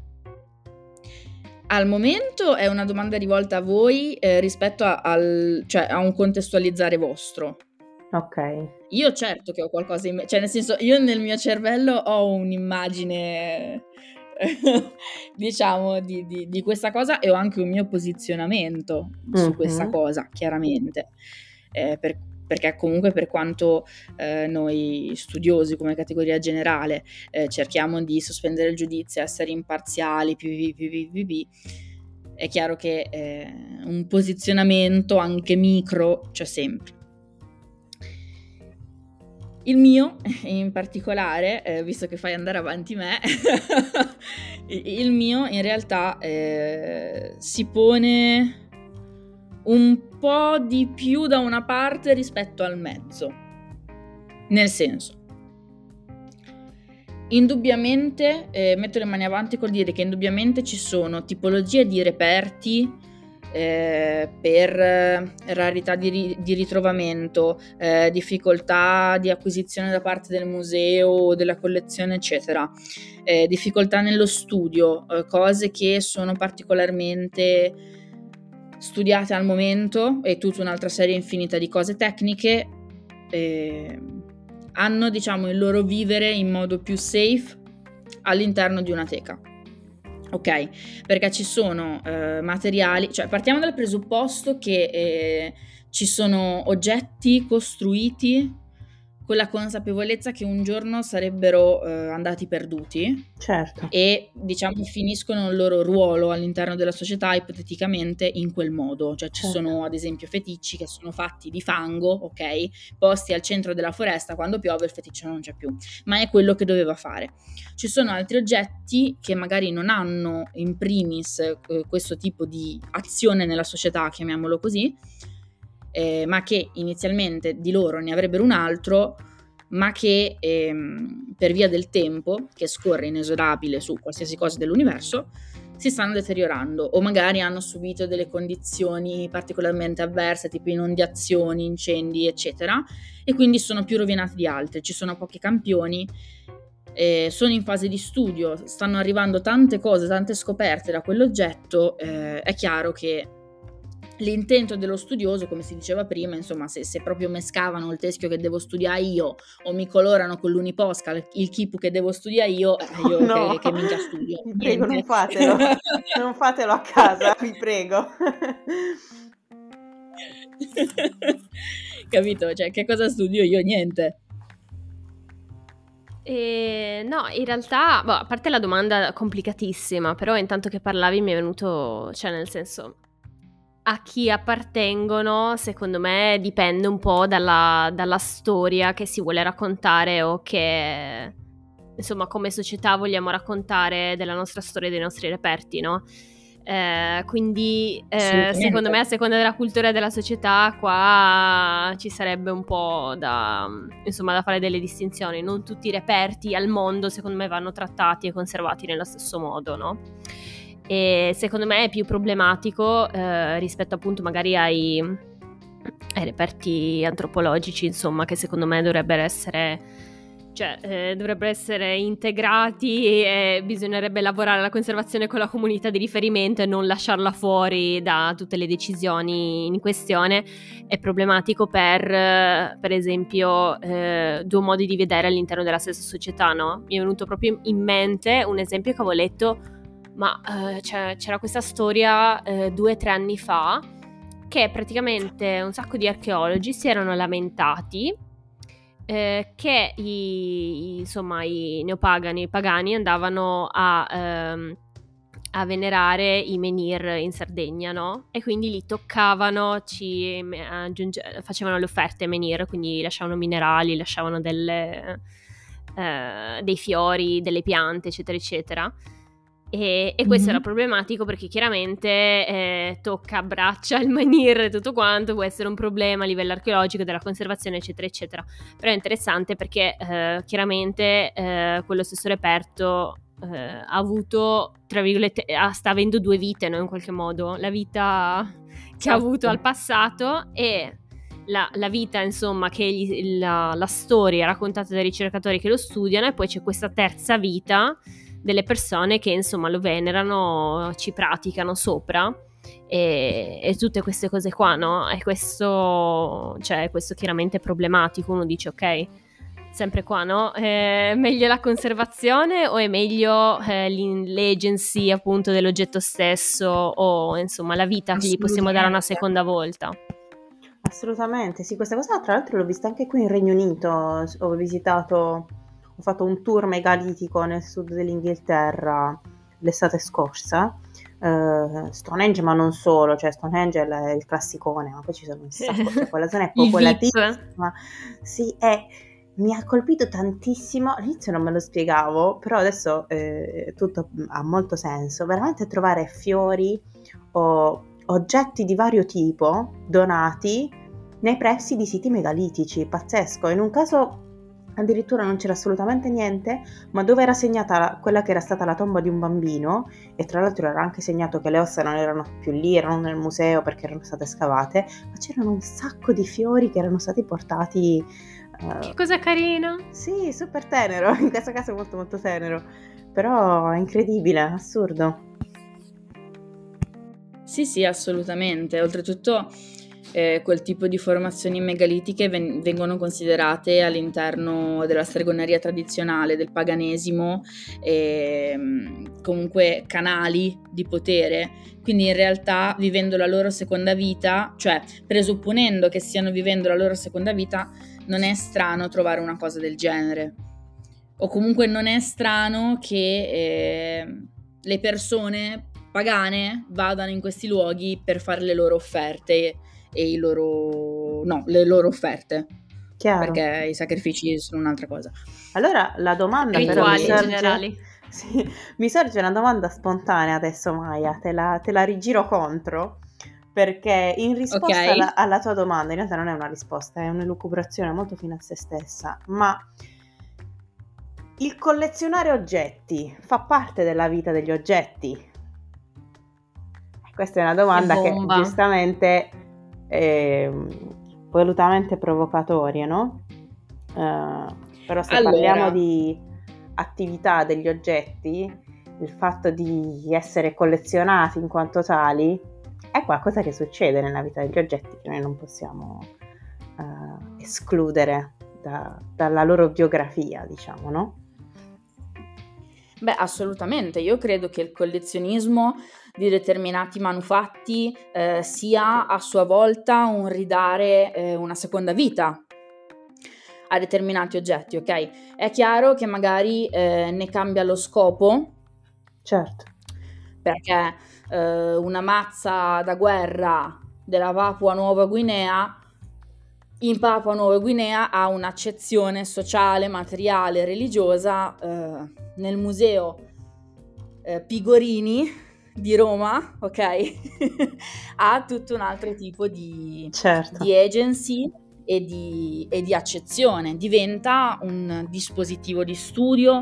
Al momento è una domanda rivolta a voi eh, rispetto a, al, cioè, a un contestualizzare vostro. Ok. Io certo che ho qualcosa in me, cioè nel senso io nel mio cervello ho un'immagine diciamo di, di, di questa cosa e ho anche un mio posizionamento mm-hmm. su questa cosa, chiaramente. Eh, per, perché comunque per quanto eh, noi studiosi come categoria generale eh, cerchiamo di sospendere il giudizio, essere imparziali, pvp, pvp, è chiaro che eh, un posizionamento anche micro c'è sempre. Il mio, in particolare, eh, visto che fai andare avanti me, il mio in realtà eh, si pone un po' di più da una parte rispetto al mezzo. Nel senso, indubbiamente, eh, metto le mani avanti col dire che indubbiamente ci sono tipologie di reperti Eh, per eh, rarità di, ri- di ritrovamento, eh, difficoltà di acquisizione da parte del museo o della collezione, eccetera, eh, difficoltà nello studio, eh, cose che sono particolarmente studiate al momento e tutta un'altra serie infinita di cose tecniche eh, hanno, diciamo, il loro vivere in modo più safe all'interno di una teca. Ok, perché ci sono eh, materiali, cioè partiamo dal presupposto che eh, ci sono oggetti costruiti con la consapevolezza che un giorno sarebbero eh, andati perduti, certo, e diciamo finiscono il loro ruolo all'interno della società ipoteticamente in quel modo, cioè ci certo. sono ad esempio feticci che sono fatti di fango, ok, posti al centro della foresta, quando piove il feticcio non c'è più, ma è quello che doveva fare. Ci sono altri oggetti che magari non hanno in primis eh, questo tipo di azione nella società, chiamiamolo così, eh, ma che inizialmente di loro ne avrebbero un altro, ma che ehm, per via del tempo, che scorre inesorabile su qualsiasi cosa dell'universo, si stanno deteriorando o magari hanno subito delle condizioni particolarmente avverse, tipo inondazioni, incendi, eccetera, e quindi sono più rovinati di altri. Ci sono pochi campioni, eh, sono in fase di studio, stanno arrivando tante cose, tante scoperte da quell'oggetto, eh, è chiaro che l'intento dello studioso, come si diceva prima, insomma, se, se proprio mescavano il teschio che devo studiare io o mi colorano con l'uniposca il kipu che devo studiare io, eh, io no, che, che minchia studio. vi prego, non fatelo, non fatelo a casa, vi prego. Capito? Cioè, che cosa studio io? Niente. Eh, no, in realtà, boh, a parte la domanda complicatissima, però intanto che parlavi mi è venuto, cioè nel senso, a chi appartengono, secondo me dipende un po' dalla, dalla storia che si vuole raccontare o che, insomma, come società vogliamo raccontare della nostra storia e dei nostri reperti, no? Eh, quindi eh, secondo me a seconda della cultura e della società qua ci sarebbe un po' da, insomma, da fare delle distinzioni. Non tutti i reperti al mondo secondo me vanno trattati e conservati nello stesso modo, no? E secondo me è più problematico eh, rispetto appunto magari ai, ai reperti antropologici, insomma, che secondo me dovrebbero essere, cioè eh, dovrebbero essere integrati e bisognerebbe lavorare alla conservazione con la comunità di riferimento e non lasciarla fuori da tutte le decisioni in questione. È problematico per, per esempio, eh, due modi di vedere all'interno della stessa società, no? Mi è venuto proprio in mente un esempio che avevo letto, ma eh, c'era, c'era questa storia eh, due o tre anni fa che praticamente un sacco di archeologi si erano lamentati eh, che i, insomma, i neopagani, i pagani andavano a, ehm, a venerare i menhir in Sardegna, no? E quindi li toccavano, ci aggiunge, facevano le offerte ai menhir, quindi lasciavano minerali, lasciavano delle, eh, dei fiori, delle piante, eccetera, eccetera. E, e questo mm-hmm. era problematico perché chiaramente eh, tocca, abbraccia il menhir e tutto quanto, può essere un problema a livello archeologico, della conservazione, eccetera, eccetera. Però è interessante perché eh, chiaramente eh, quello stesso reperto eh, ha avuto, tra virgolette, sta avendo due vite, no? In qualche modo, la vita che ha avuto al passato e la, la vita, insomma, che gli, la, la storia raccontata dai ricercatori che lo studiano, e poi c'è questa terza vita delle persone che insomma lo venerano, ci praticano sopra e, e tutte queste cose qua, no? E questo, cioè, questo chiaramente è problematico. Uno dice ok, sempre qua, no? È meglio la conservazione o è meglio eh, l'agency appunto dell'oggetto stesso, o insomma la vita che gli possiamo dare una seconda volta? Assolutamente, sì, questa cosa tra l'altro l'ho vista anche qui in Regno Unito, ho visitato, ho fatto un tour megalitico nel sud dell'Inghilterra l'estate scorsa, eh, Stonehenge ma non solo, cioè Stonehenge è il classicone, ma poi ci sono un sacco, cioè quella zona è I V I P. popolatissima, sì, è, mi ha colpito tantissimo, all'inizio non me lo spiegavo, però adesso eh, tutto ha molto senso, veramente trovare fiori o oggetti di vario tipo donati nei pressi di siti megalitici, pazzesco. In un caso addirittura non c'era assolutamente niente, ma dove era segnata la- quella che era stata la tomba di un bambino, e tra l'altro era anche segnato che le ossa non erano più lì, erano nel museo perché erano state scavate, ma c'erano un sacco di fiori che erano stati portati. eh, Che cosa carina. Sì, super tenero, in questo caso molto molto tenero, però è incredibile, assurdo. Sì, sì, assolutamente. Oltretutto, eh, quel tipo di formazioni megalitiche ven- vengono considerate all'interno della stregoneria tradizionale, del paganesimo, ehm, comunque canali di potere. Quindi in realtà, vivendo la loro seconda vita, cioè presupponendo che stiano vivendo la loro seconda vita, non è strano trovare una cosa del genere. O comunque non è strano che eh, le persone pagane vadano in questi luoghi per fare le loro offerte e i loro no, le loro offerte, Chiaro. perché i sacrifici sono un'altra cosa. Allora la domanda però mi Rituali in sorge, generali. sì, mi sorge una domanda spontanea adesso, Maya, te la, te la rigiro contro, perché in risposta Ok? alla, alla tua domanda, in realtà non è una risposta, è un'elucubrazione molto fine a se stessa, ma il collezionare oggetti fa parte della vita degli oggetti? Questa è una domanda Che che bomba. giustamente è volutamente provocatoria, no? Eh, però se Allora. parliamo di attività degli oggetti, il fatto di essere collezionati in quanto tali è qualcosa che succede nella vita degli oggetti che noi non possiamo eh, escludere da- dalla loro biografia, diciamo, no? Beh, assolutamente. Io credo che il collezionismo di determinati manufatti eh, sia a sua volta un ridare eh, una seconda vita a determinati oggetti, ok? È chiaro che magari eh, ne cambia lo scopo, Certo. perché eh, una mazza da guerra della Papua Nuova Guinea in Papua Nuova Guinea ha un'accezione sociale, materiale, religiosa. Eh, nel museo eh, Pigorini di Roma, ok? Ha tutto un altro tipo di, Certo. di agency e di, e di accezione. Diventa un dispositivo di studio,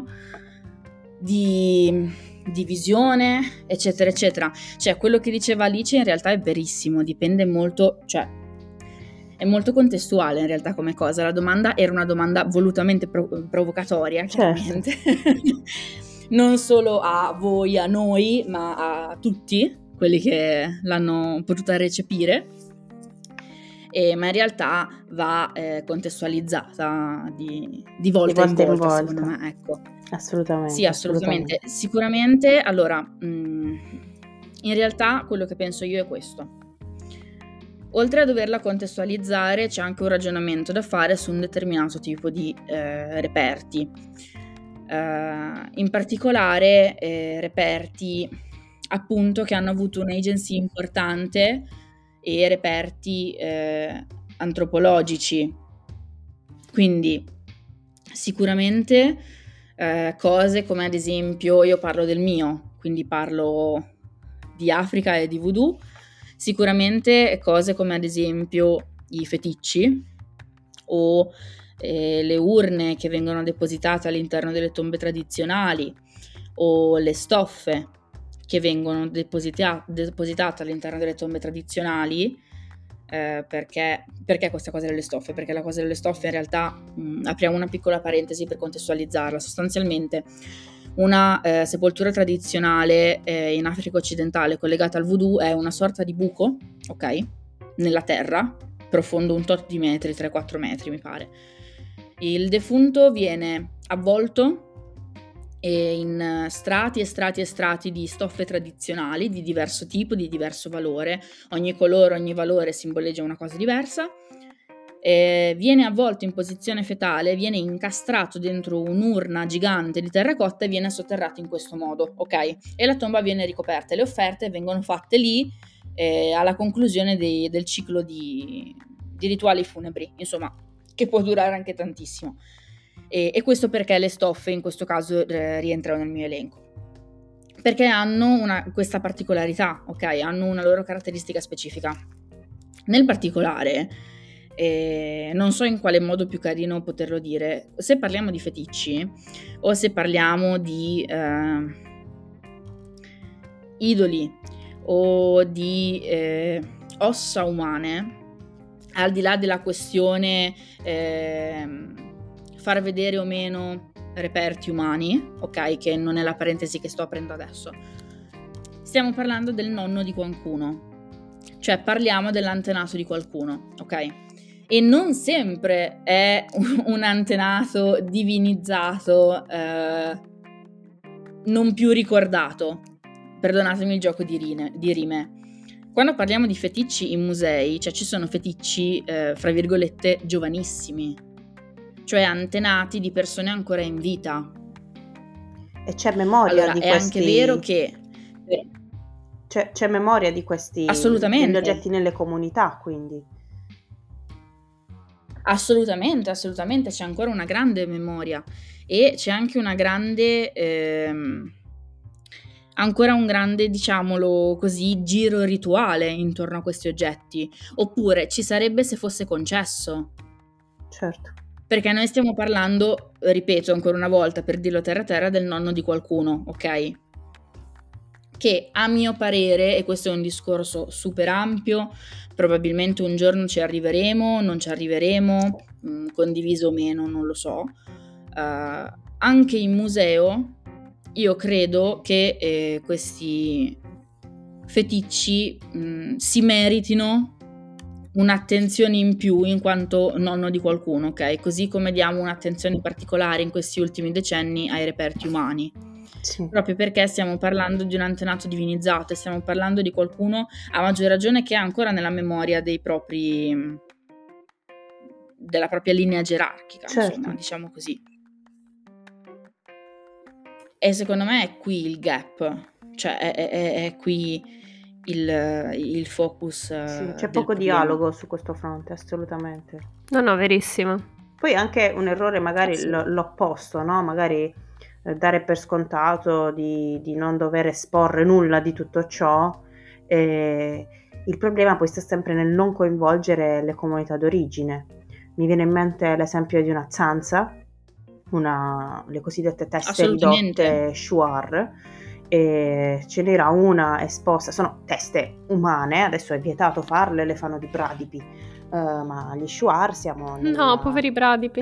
di, di visione, eccetera, eccetera. Cioè, quello che diceva Alice in realtà è verissimo, dipende molto, cioè, è molto contestuale in realtà come cosa. La domanda era una domanda volutamente pro- provocatoria, chiaramente. Certo. Non solo a voi, a noi, ma a tutti quelli che l'hanno potuta recepire. E, ma in realtà va eh, contestualizzata di, di volta, Di volta in, volta, in volta. secondo me, ecco. Assolutamente. Sì, assolutamente. assolutamente. Sicuramente, allora, mh, in realtà quello che penso io è questo. Oltre a doverla contestualizzare, c'è anche un ragionamento da fare su un determinato tipo di eh, reperti. Uh, in particolare eh, reperti appunto che hanno avuto un'agency importante e reperti eh, antropologici. Quindi sicuramente eh, cose come ad esempio, io parlo del mio, quindi parlo di Africa e di voodoo. Sicuramente cose come ad esempio i feticci o eh, le urne che vengono depositate all'interno delle tombe tradizionali o le stoffe che vengono deposita- depositate all'interno delle tombe tradizionali. Eh, perché, perché questa cosa delle stoffe? Perché la cosa delle stoffe in realtà, mh, apriamo una piccola parentesi per contestualizzarla, sostanzialmente una eh, sepoltura tradizionale eh, in Africa occidentale collegata al voodoo è una sorta di buco, ok? Nella terra, profondo un tot di metri, tre quattro metri mi pare. Il defunto viene avvolto e in strati e strati e strati di stoffe tradizionali di diverso tipo, di diverso valore. Ogni colore, ogni valore simboleggia una cosa diversa. E viene avvolto in posizione fetale, viene incastrato dentro un'urna gigante di terracotta e viene sotterrato in questo modo, ok? E la tomba viene ricoperta e le offerte vengono fatte lì eh, alla conclusione dei, del ciclo di, di rituali funebri, insomma, che può durare anche tantissimo. E, e questo perché le stoffe in questo caso eh, rientrano nel mio elenco. Perché hanno una, questa particolarità, ok? Hanno una loro caratteristica specifica. Nel particolare, eh, non so in quale modo più carino poterlo dire, se parliamo di feticci o se parliamo di eh, idoli o di eh, ossa umane, al di là della questione eh, far vedere o meno reperti umani, ok, che non è la parentesi che sto aprendo adesso, stiamo parlando del nonno di qualcuno, cioè parliamo dell'antenato di qualcuno, ok? E non sempre è un antenato divinizzato, eh, non più ricordato, perdonatemi il gioco di, rime, di rime. Quando parliamo di feticci in musei, cioè ci sono feticci, eh, fra virgolette, giovanissimi, cioè antenati di persone ancora in vita. E c'è memoria allora, di è questi... anche vero che... C'è, c'è memoria di questi Assolutamente. degli oggetti nelle comunità, quindi. Assolutamente, assolutamente, c'è ancora una grande memoria e c'è anche una grande... Ehm, ancora un grande, diciamolo così, giro rituale intorno a questi oggetti. Oppure ci sarebbe se fosse concesso. Certo. Perché noi stiamo parlando, ripeto ancora una volta per dirlo terra terra, del nonno di qualcuno, ok? Che a mio parere, e questo è un discorso super ampio, probabilmente un giorno ci arriveremo, non ci arriveremo, mh, condiviso o meno, non lo so. Uh, anche in museo io credo che eh, questi feticci mh, si meritino un'attenzione in più in quanto nonno di qualcuno, ok? Così come diamo un'attenzione particolare in questi ultimi decenni ai reperti umani. Sì. Proprio perché stiamo parlando di un antenato divinizzato e stiamo parlando di qualcuno, a maggior ragione, che ha ancora nella memoria dei propri della propria linea gerarchica, certo. Insomma, diciamo così. E secondo me è qui il gap, cioè è, è, è qui il, il focus. Sì, c'è poco problema. dialogo su questo fronte, assolutamente. No, no, verissimo. Poi anche un errore magari sì. l- l'opposto, no? Magari eh, dare per scontato di, di non dover esporre nulla di tutto ciò. E il problema poi sta sempre nel non coinvolgere le comunità d'origine. Mi viene in mente l'esempio di una zanza, una, le cosiddette teste ridotte shuar, e ce n'era una esposta, sono teste umane, adesso è vietato farle, le fanno di bradipi, uh, ma gli shuar siamo nella... no, poveri bradipi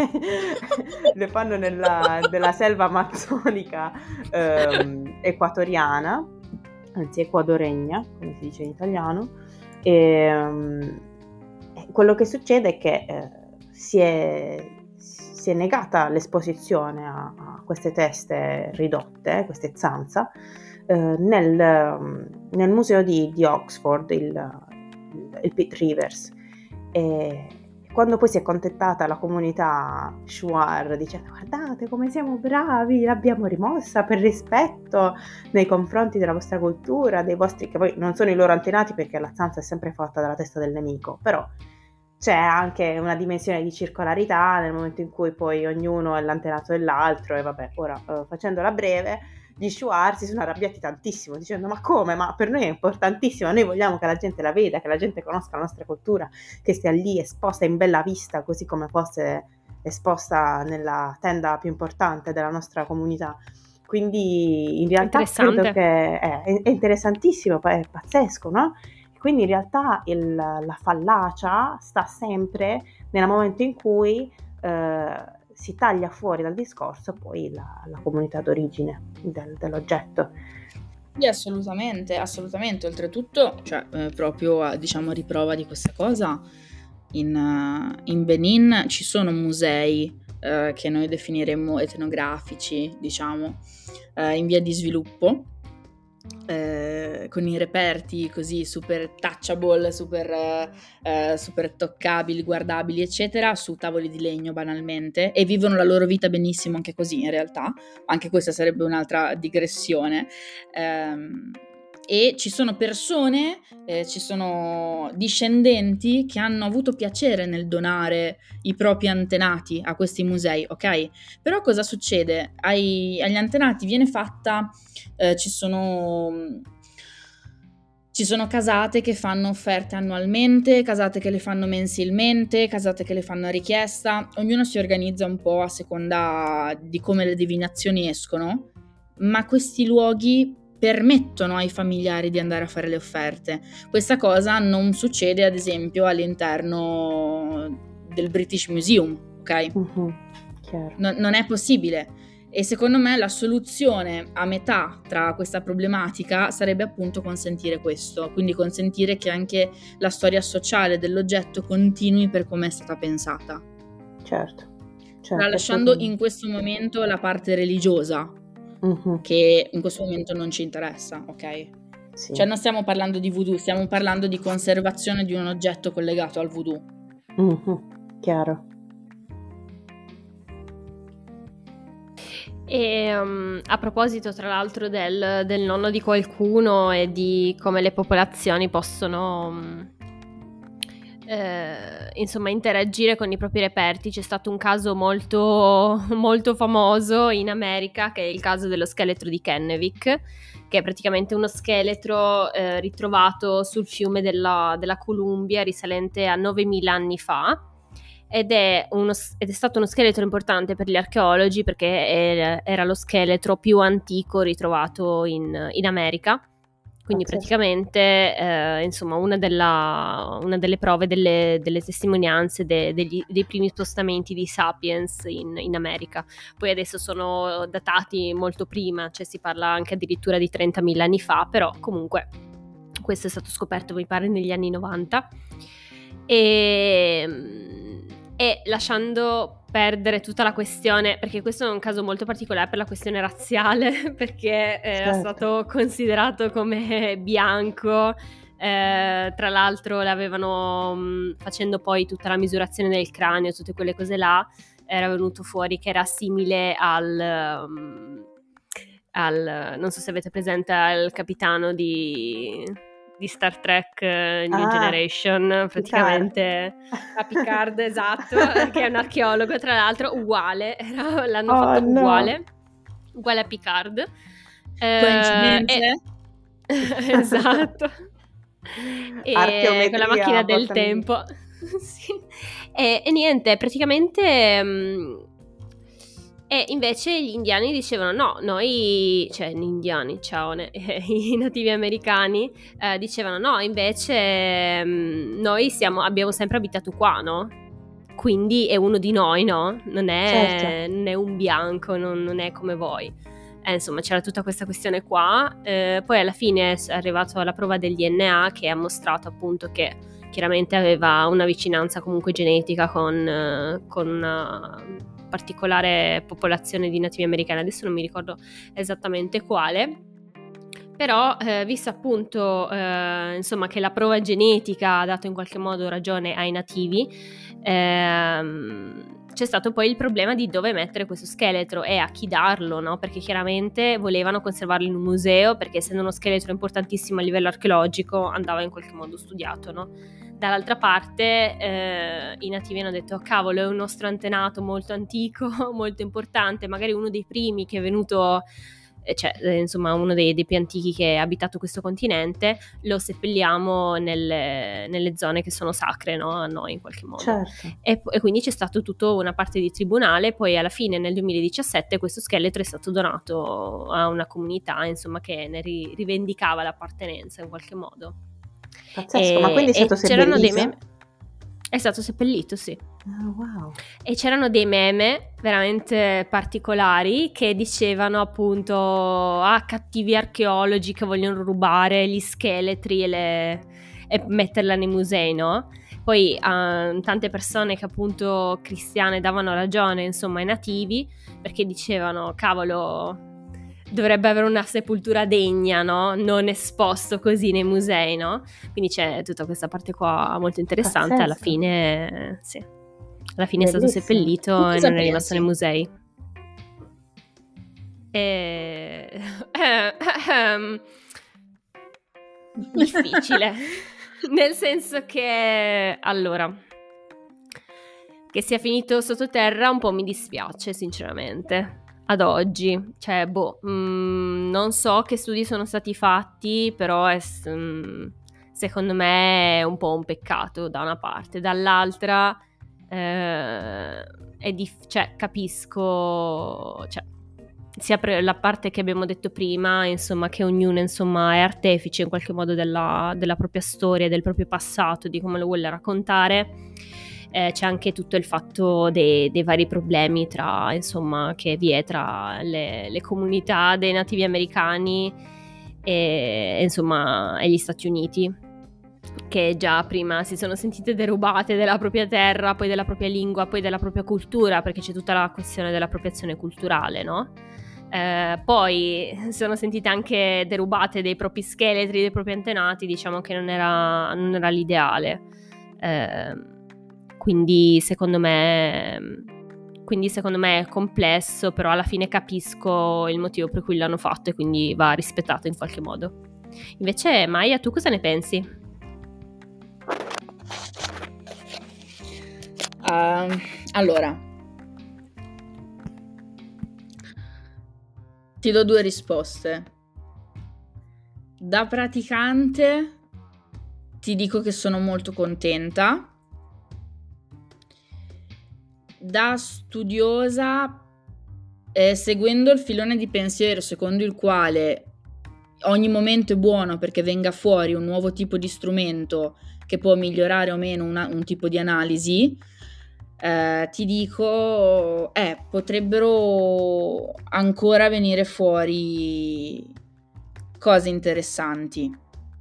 le fanno nella, nella selva amazzonica um, equatoriana, anzi equadoregna, come si dice in italiano, e um, quello che succede è che eh, si è si è negata l'esposizione a, a queste teste ridotte, queste zanza, eh, nel, nel museo di, di Oxford, il, il, il Pitt Rivers. E quando poi si è contattata la comunità shuar dicendo guardate come siamo bravi, l'abbiamo rimossa per rispetto nei confronti della vostra cultura, dei vostri, che poi non sono i loro antenati perché la zanza è sempre fatta dalla testa del nemico, però c'è anche una dimensione di circolarità nel momento in cui poi ognuno è l'antenato dell'altro. E vabbè, ora uh, facendola breve, gli shuar si sono arrabbiati tantissimo dicendo ma come, ma per noi è importantissimo, noi vogliamo che la gente la veda, che la gente conosca la nostra cultura, che stia lì esposta in bella vista così come fosse esposta nella tenda più importante della nostra comunità. Quindi in realtà credo che è, è interessantissimo, è pazzesco, no? Quindi in realtà il, la fallacia sta sempre nel momento in cui eh, si taglia fuori dal discorso poi la, la comunità d'origine del, dell'oggetto. Sì, assolutamente, assolutamente. Oltretutto, cioè, eh, proprio a, diciamo, riprova di questa cosa, in, uh, in Benin ci sono musei eh, che noi definiremmo etnografici, diciamo, eh, in via di sviluppo, eh, con i reperti così super touchable, super, eh, super toccabili, guardabili, eccetera, su tavoli di legno banalmente, e vivono la loro vita benissimo anche così in realtà. Anche questa sarebbe un'altra digressione. Ehm, e ci sono persone, eh, ci sono discendenti che hanno avuto piacere nel donare i propri antenati a questi musei, ok? Però cosa succede? Ai, agli antenati viene fatta, eh, ci sono... Ci sono casate che fanno offerte annualmente, casate che le fanno mensilmente, casate che le fanno a richiesta, ognuno si organizza un po' a seconda di come le divinazioni escono, ma questi luoghi permettono ai familiari di andare a fare le offerte. Questa cosa non succede ad esempio all'interno del British Museum, ok? Mhm, chiaro. No- non è possibile. E secondo me la soluzione a metà tra questa problematica sarebbe appunto consentire questo, quindi consentire che anche la storia sociale dell'oggetto continui per come è stata pensata, Certo, certo, tralasciando in assolutamente. questo momento la parte religiosa, Mhm, che in questo momento non ci interessa, ok? sì. Cioè non stiamo parlando di voodoo, stiamo parlando di conservazione di un oggetto collegato al voodoo. Mhm, chiaro. E um, a proposito tra l'altro del, del nonno di qualcuno e di come le popolazioni possono um, eh, insomma interagire con i propri reperti, c'è stato un caso molto, molto famoso in America, che è il caso dello scheletro di Kennewick, che è praticamente uno scheletro eh, ritrovato sul fiume della, della Columbia risalente a novemila anni fa. Ed è, uno, ed è stato uno scheletro importante per gli archeologi perché è, era lo scheletro più antico ritrovato in, in America. Quindi Pazzesco. praticamente eh, insomma una, della, una delle prove, delle, delle testimonianze de, degli, dei primi spostamenti di Sapiens in, in America. Poi adesso sono datati molto prima, cioè si parla anche addirittura di trentamila anni fa, però comunque questo è stato scoperto mi pare negli anni novanta. E... E lasciando perdere tutta la questione, perché questo è un caso molto particolare per la questione razziale, perché eh, Certo. è stato considerato come bianco, eh, tra l'altro l'avevano, mh, facendo poi tutta la misurazione del cranio, tutte quelle cose là, era venuto fuori che era simile al... Um, al non so se avete presente al capitano di... di Star Trek uh, New Ah, Generation, praticamente Picard. a Picard, esatto, che è un archeologo tra l'altro, uguale, era, l'hanno Oh fatto no. uguale, uguale a Picard. Eh, Coincidenze? e- esatto. E Archeometria con la macchina del botanica. tempo. Sì. E, e niente, praticamente... mh, e invece gli indiani dicevano no, noi, cioè gli indiani, ciao, ne- i nativi americani eh, dicevano no, invece mh, noi siamo, abbiamo sempre abitato qua, no? Quindi è uno di noi, no? Non è, Certo. non è un bianco, non, non è come voi. Eh, insomma, c'era tutta questa questione qua. Eh, poi alla fine è arrivato alla prova del D N A che ha mostrato appunto che chiaramente aveva una vicinanza comunque genetica con, eh, con una particolare popolazione di nativi americani, adesso non mi ricordo esattamente quale, però eh, visto appunto eh, insomma che la prova genetica ha dato in qualche modo ragione ai nativi, ehm, c'è stato poi il problema di dove mettere questo scheletro e a chi darlo, no? Perché chiaramente volevano conservarlo in un museo, perché essendo uno scheletro importantissimo a livello archeologico andava in qualche modo studiato, no? Dall'altra parte eh, i nativi hanno detto cavolo, è un nostro antenato molto antico, molto importante, magari uno dei primi che è venuto, eh, cioè eh, insomma uno dei, dei più antichi che ha abitato questo continente, lo seppelliamo nelle, nelle zone che sono sacre, no? A noi in qualche modo. Certo. E, e quindi c'è stata tutta una parte di tribunale, poi alla fine nel duemiladiciassette questo scheletro è stato donato a una comunità insomma che ne ri- rivendicava l'appartenenza in qualche modo. Pazzesco, ma quindi è E, stato e c'erano dei seppellito? meme. È stato seppellito, sì. Ah, wow. E c'erano dei meme veramente particolari che dicevano appunto ah, cattivi archeologi che vogliono rubare gli scheletri e, le... e metterla nei musei, no? poi uh, tante persone che appunto cristiane davano ragione insomma ai nativi, perché dicevano cavolo, dovrebbe avere una sepoltura degna, no? Non esposto così nei musei, no? Quindi c'è tutta questa parte qua molto interessante. Pazzesco. Alla fine sì, alla fine Bellissimo. è stato seppellito e non è rimasto pensi? nei musei. E... ehm, difficile. Nel senso che, allora, che sia finito sottoterra un po' mi dispiace, sinceramente, ad oggi. Cioè, boh, mh, non so che studi sono stati fatti, però è, mh, secondo me è un po' un peccato da una parte. Dall'altra, eh, è dif- cioè, capisco... Cioè, sia per la parte che abbiamo detto prima, insomma, che ognuno insomma è artefice in qualche modo della, della propria storia, del proprio passato, di come lo vuole raccontare. Eh, c'è anche tutto il fatto dei, dei vari problemi tra, insomma, che vi è tra le, le comunità dei nativi americani e, insomma, e gli Stati Uniti, che già prima si sono sentite derubate della propria terra, poi della propria lingua, poi della propria cultura, perché c'è tutta la questione dell'appropriazione culturale, no? Eh, poi sono sentite anche derubate dei propri scheletri, dei propri antenati, diciamo che non era, non era l'ideale. Eh, quindi secondo me quindi secondo me è complesso, però alla fine capisco il motivo per cui l'hanno fatto e quindi va rispettato in qualche modo. Invece Maya, tu cosa ne pensi? Uh, allora, ti do due risposte. Da praticante ti dico che sono molto contenta. Da studiosa, eh, seguendo il filone di pensiero secondo il quale ogni momento è buono perché venga fuori un nuovo tipo di strumento che può migliorare o meno una, un tipo di analisi, eh, ti dico, eh, potrebbero ancora venire fuori cose interessanti.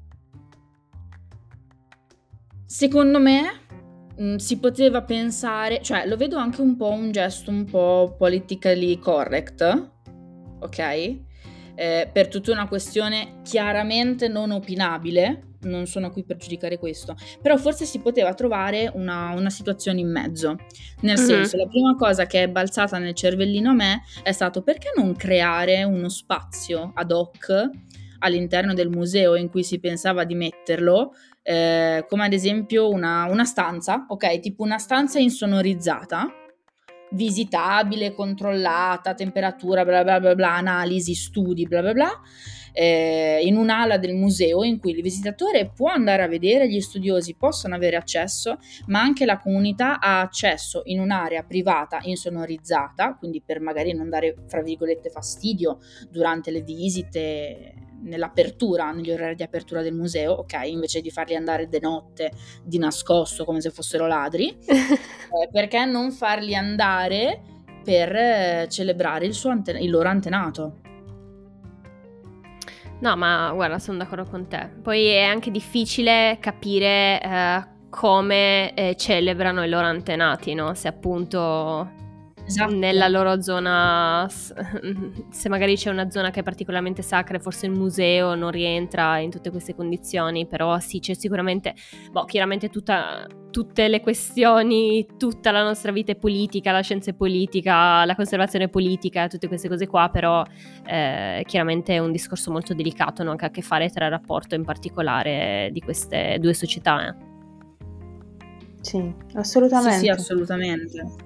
Secondo me mh, si poteva pensare, cioè lo vedo anche un po' un gesto un po' politically correct, ok? Eh, per tutta una questione chiaramente non opinabile, non sono qui per giudicare questo, però forse si poteva trovare una, una situazione in mezzo, nel Mhm. senso, la prima cosa che è balzata nel cervellino a me è stato perché non creare uno spazio ad hoc all'interno del museo in cui si pensava di metterlo, eh, come ad esempio una, una stanza, ok? Tipo una stanza insonorizzata, visitabile, controllata, temperatura, bla bla bla bla, analisi, studi, bla bla bla, eh, in un'ala del museo in cui il visitatore può andare a vedere, gli studiosi possono avere accesso, ma anche la comunità ha accesso in un'area privata insonorizzata, quindi per magari non dare, fra virgolette, fastidio durante le visite, nell'apertura, negli orari di apertura del museo, ok, invece di farli andare de notte di nascosto come se fossero ladri, eh, perché non farli andare per eh, celebrare il, suo anten- il loro antenato? No, ma guarda, sono d'accordo con te. Poi è anche difficile capire eh, come eh, celebrano i loro antenati, no? Se appunto Esatto. nella loro zona, s- se magari c'è una zona che è particolarmente sacra, forse il museo non rientra in tutte queste condizioni, però sì, c'è sicuramente, boh, chiaramente tutta, tutte le questioni, tutta la nostra vita è politica, la scienza è politica, la conservazione è politica, tutte queste cose qua, però eh, chiaramente è un discorso molto delicato, no? Che ha a che fare tra il rapporto in particolare di queste due società. Eh. Sì, assolutamente. Sì, sì, assolutamente.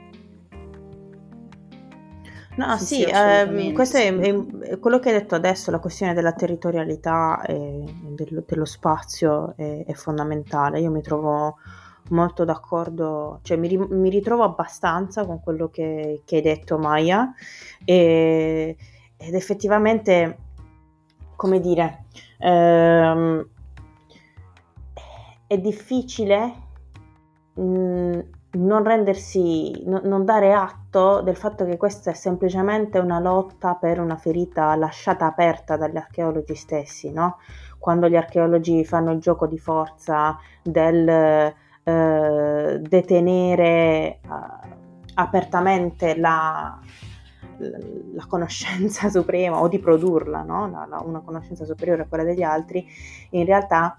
No, Sì, sì, sì, ehm, assolutamente, questo è, sì. è- è quello che hai detto adesso, la questione della territorialità e dello, dello spazio è, è fondamentale. Io mi trovo molto d'accordo, cioè mi, ri- mi ritrovo abbastanza con quello che, che hai detto, Maya, e- ed effettivamente, come dire, ehm, è difficile mh, non rendersi, no- non dare atto del fatto che questa è semplicemente una lotta per una ferita lasciata aperta dagli archeologi stessi, no? Quando gli archeologi fanno il gioco di forza del eh, detenere uh, apertamente la, la, la conoscenza suprema o di produrla, no? la, la, una conoscenza superiore a quella degli altri, in realtà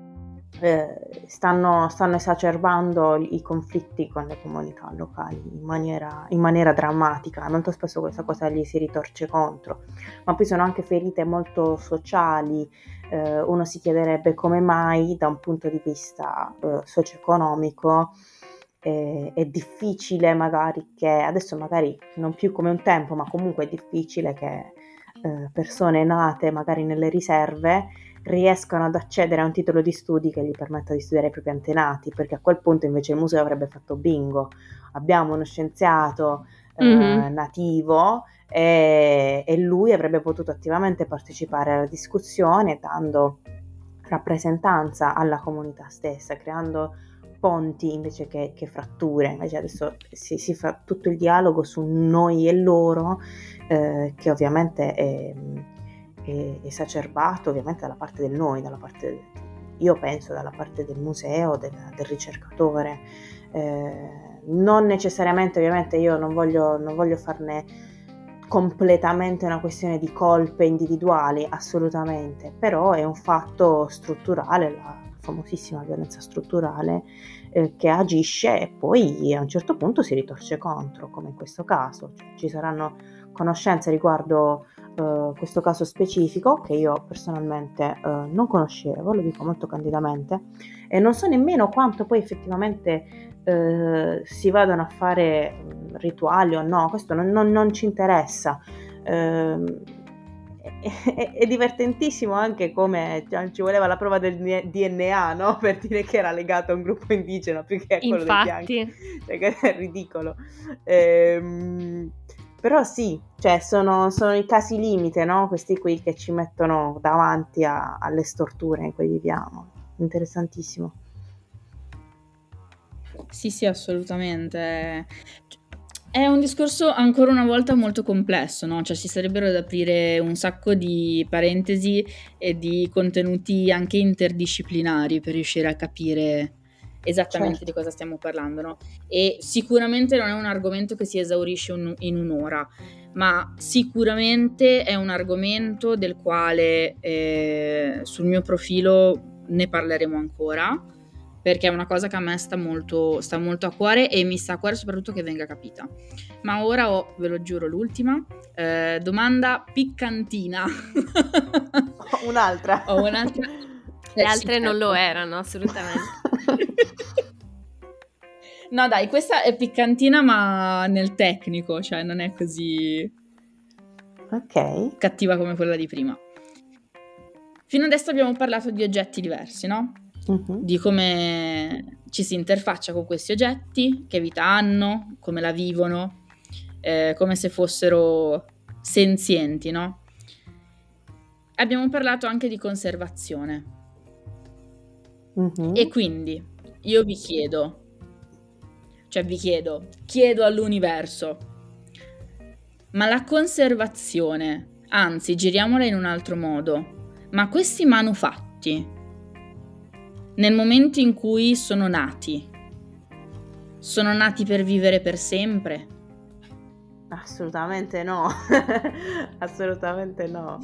eh, stanno, stanno esacerbando i conflitti con le comunità locali in maniera, in maniera drammatica. Molto spesso questa cosa gli si ritorce contro, ma poi sono anche ferite molto sociali. Eh, uno si chiederebbe come mai da un punto di vista eh, socio-economico eh, è difficile magari che, adesso magari non più come un tempo, ma comunque è difficile che eh, persone nate magari nelle riserve riescano ad accedere a un titolo di studi che gli permetta di studiare i propri antenati, perché a quel punto invece il museo avrebbe fatto bingo, abbiamo uno scienziato eh, mm-hmm. nativo e, e lui avrebbe potuto attivamente partecipare alla discussione dando rappresentanza alla comunità stessa, creando ponti invece che, che fratture. Invece adesso si, si fa tutto il dialogo su noi e loro, eh, che ovviamente è, è esacerbato ovviamente dalla parte del noi, dalla parte, io penso, dalla parte del museo, del, del ricercatore. Eh, non necessariamente, ovviamente io non voglio, non voglio farne completamente una questione di colpe individuali, assolutamente, però è un fatto strutturale, la famosissima violenza strutturale eh, che agisce e poi a un certo punto si ritorce contro, come in questo caso. Cioè, ci saranno conoscenze riguardo eh, questo caso specifico che io personalmente eh, non conoscevo, lo dico molto candidamente, e non so nemmeno quanto poi effettivamente eh, si vadano a fare rituali o no, questo non, non, non ci interessa. Eh, È, è divertentissimo anche come cioè, ci voleva la prova del D N A, no? Per dire che era legato a un gruppo indigeno più che a quello Infatti. dei bianchi, cioè, che è ridicolo. Ehm, però sì, cioè sono, sono i casi limite, no? Questi qui che ci mettono davanti a, alle storture in cui viviamo. Interessantissimo. Sì, sì, assolutamente. È un discorso ancora una volta molto complesso, no? Cioè ci sarebbero da aprire un sacco di parentesi e di contenuti anche interdisciplinari per riuscire a capire esattamente certo. di cosa stiamo parlando, no? E sicuramente non è un argomento che si esaurisce un, in un'ora, ma sicuramente è un argomento del quale eh, sul mio profilo ne parleremo ancora, perché è una cosa che a me sta molto, sta molto a cuore e mi sta a cuore soprattutto che venga capita. Ma ora ho, ve lo giuro, l'ultima eh, domanda piccantina. Un'altra. Ho un'altra. Le eh, altre sì, non certo. lo erano, assolutamente. No dai, questa è piccantina ma nel tecnico, cioè non è così ok cattiva come quella di prima. Fino adesso abbiamo parlato di oggetti diversi, no? Uh-huh. Di come ci si interfaccia con questi oggetti, che vita hanno, come la vivono, eh, come se fossero senzienti, no? Abbiamo parlato anche di conservazione. Uh-huh. E quindi io vi chiedo, cioè vi chiedo, chiedo all'universo, ma la conservazione, anzi giriamola in un altro modo, ma questi manufatti nel momento in cui sono nati, sono nati per vivere per sempre? Assolutamente no, assolutamente no.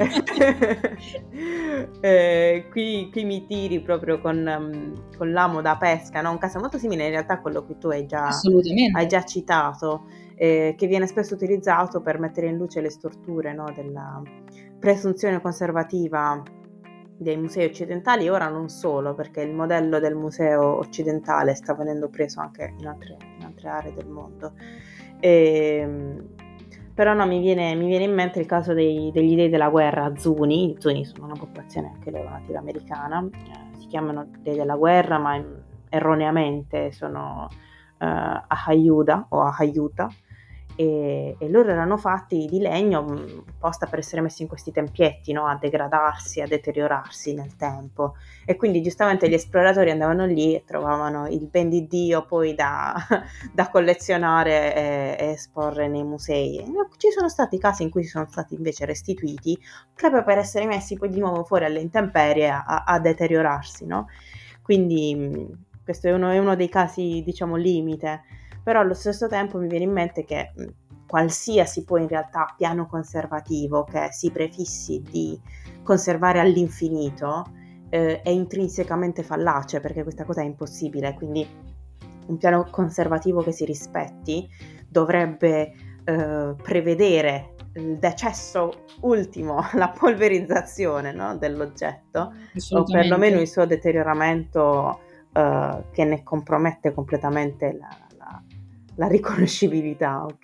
eh, qui, qui mi tiri proprio con, um, con l'amo da pesca, no? Un caso molto simile in realtà a quello che tu hai già, hai già citato, eh, che viene spesso utilizzato per mettere in luce le storture, no? Della presunzione conservativa dei musei occidentali, e ora non solo, perché il modello del museo occidentale sta venendo preso anche in altre, in altre aree del mondo. E, però no, mi viene, mi viene in mente il caso dei, degli dei della guerra Zuni. I Zuni sono una popolazione anche loro nativa americana, eh, si chiamano dei della guerra, ma erroneamente sono uh, Ahayuda o Ahayuta, e, e loro erano fatti di legno apposta per essere messi in questi tempietti, no? A degradarsi, a deteriorarsi nel tempo, e quindi giustamente gli esploratori andavano lì e trovavano il ben di Dio poi da, da collezionare e, e esporre nei musei. Ci sono stati casi in cui sono stati invece restituiti proprio per essere messi poi di nuovo fuori alle intemperie a, a deteriorarsi, no? Quindi questo è uno, è uno dei casi, diciamo, limite, però allo stesso tempo mi viene in mente che mh, qualsiasi poi in realtà piano conservativo che si prefissi di conservare all'infinito eh, è intrinsecamente fallace, perché questa cosa è impossibile, quindi un piano conservativo che si rispetti dovrebbe eh, prevedere il decesso ultimo, la polverizzazione, no, dell'oggetto, o perlomeno il suo deterioramento eh, che ne compromette completamente la, la, la riconoscibilità, ok?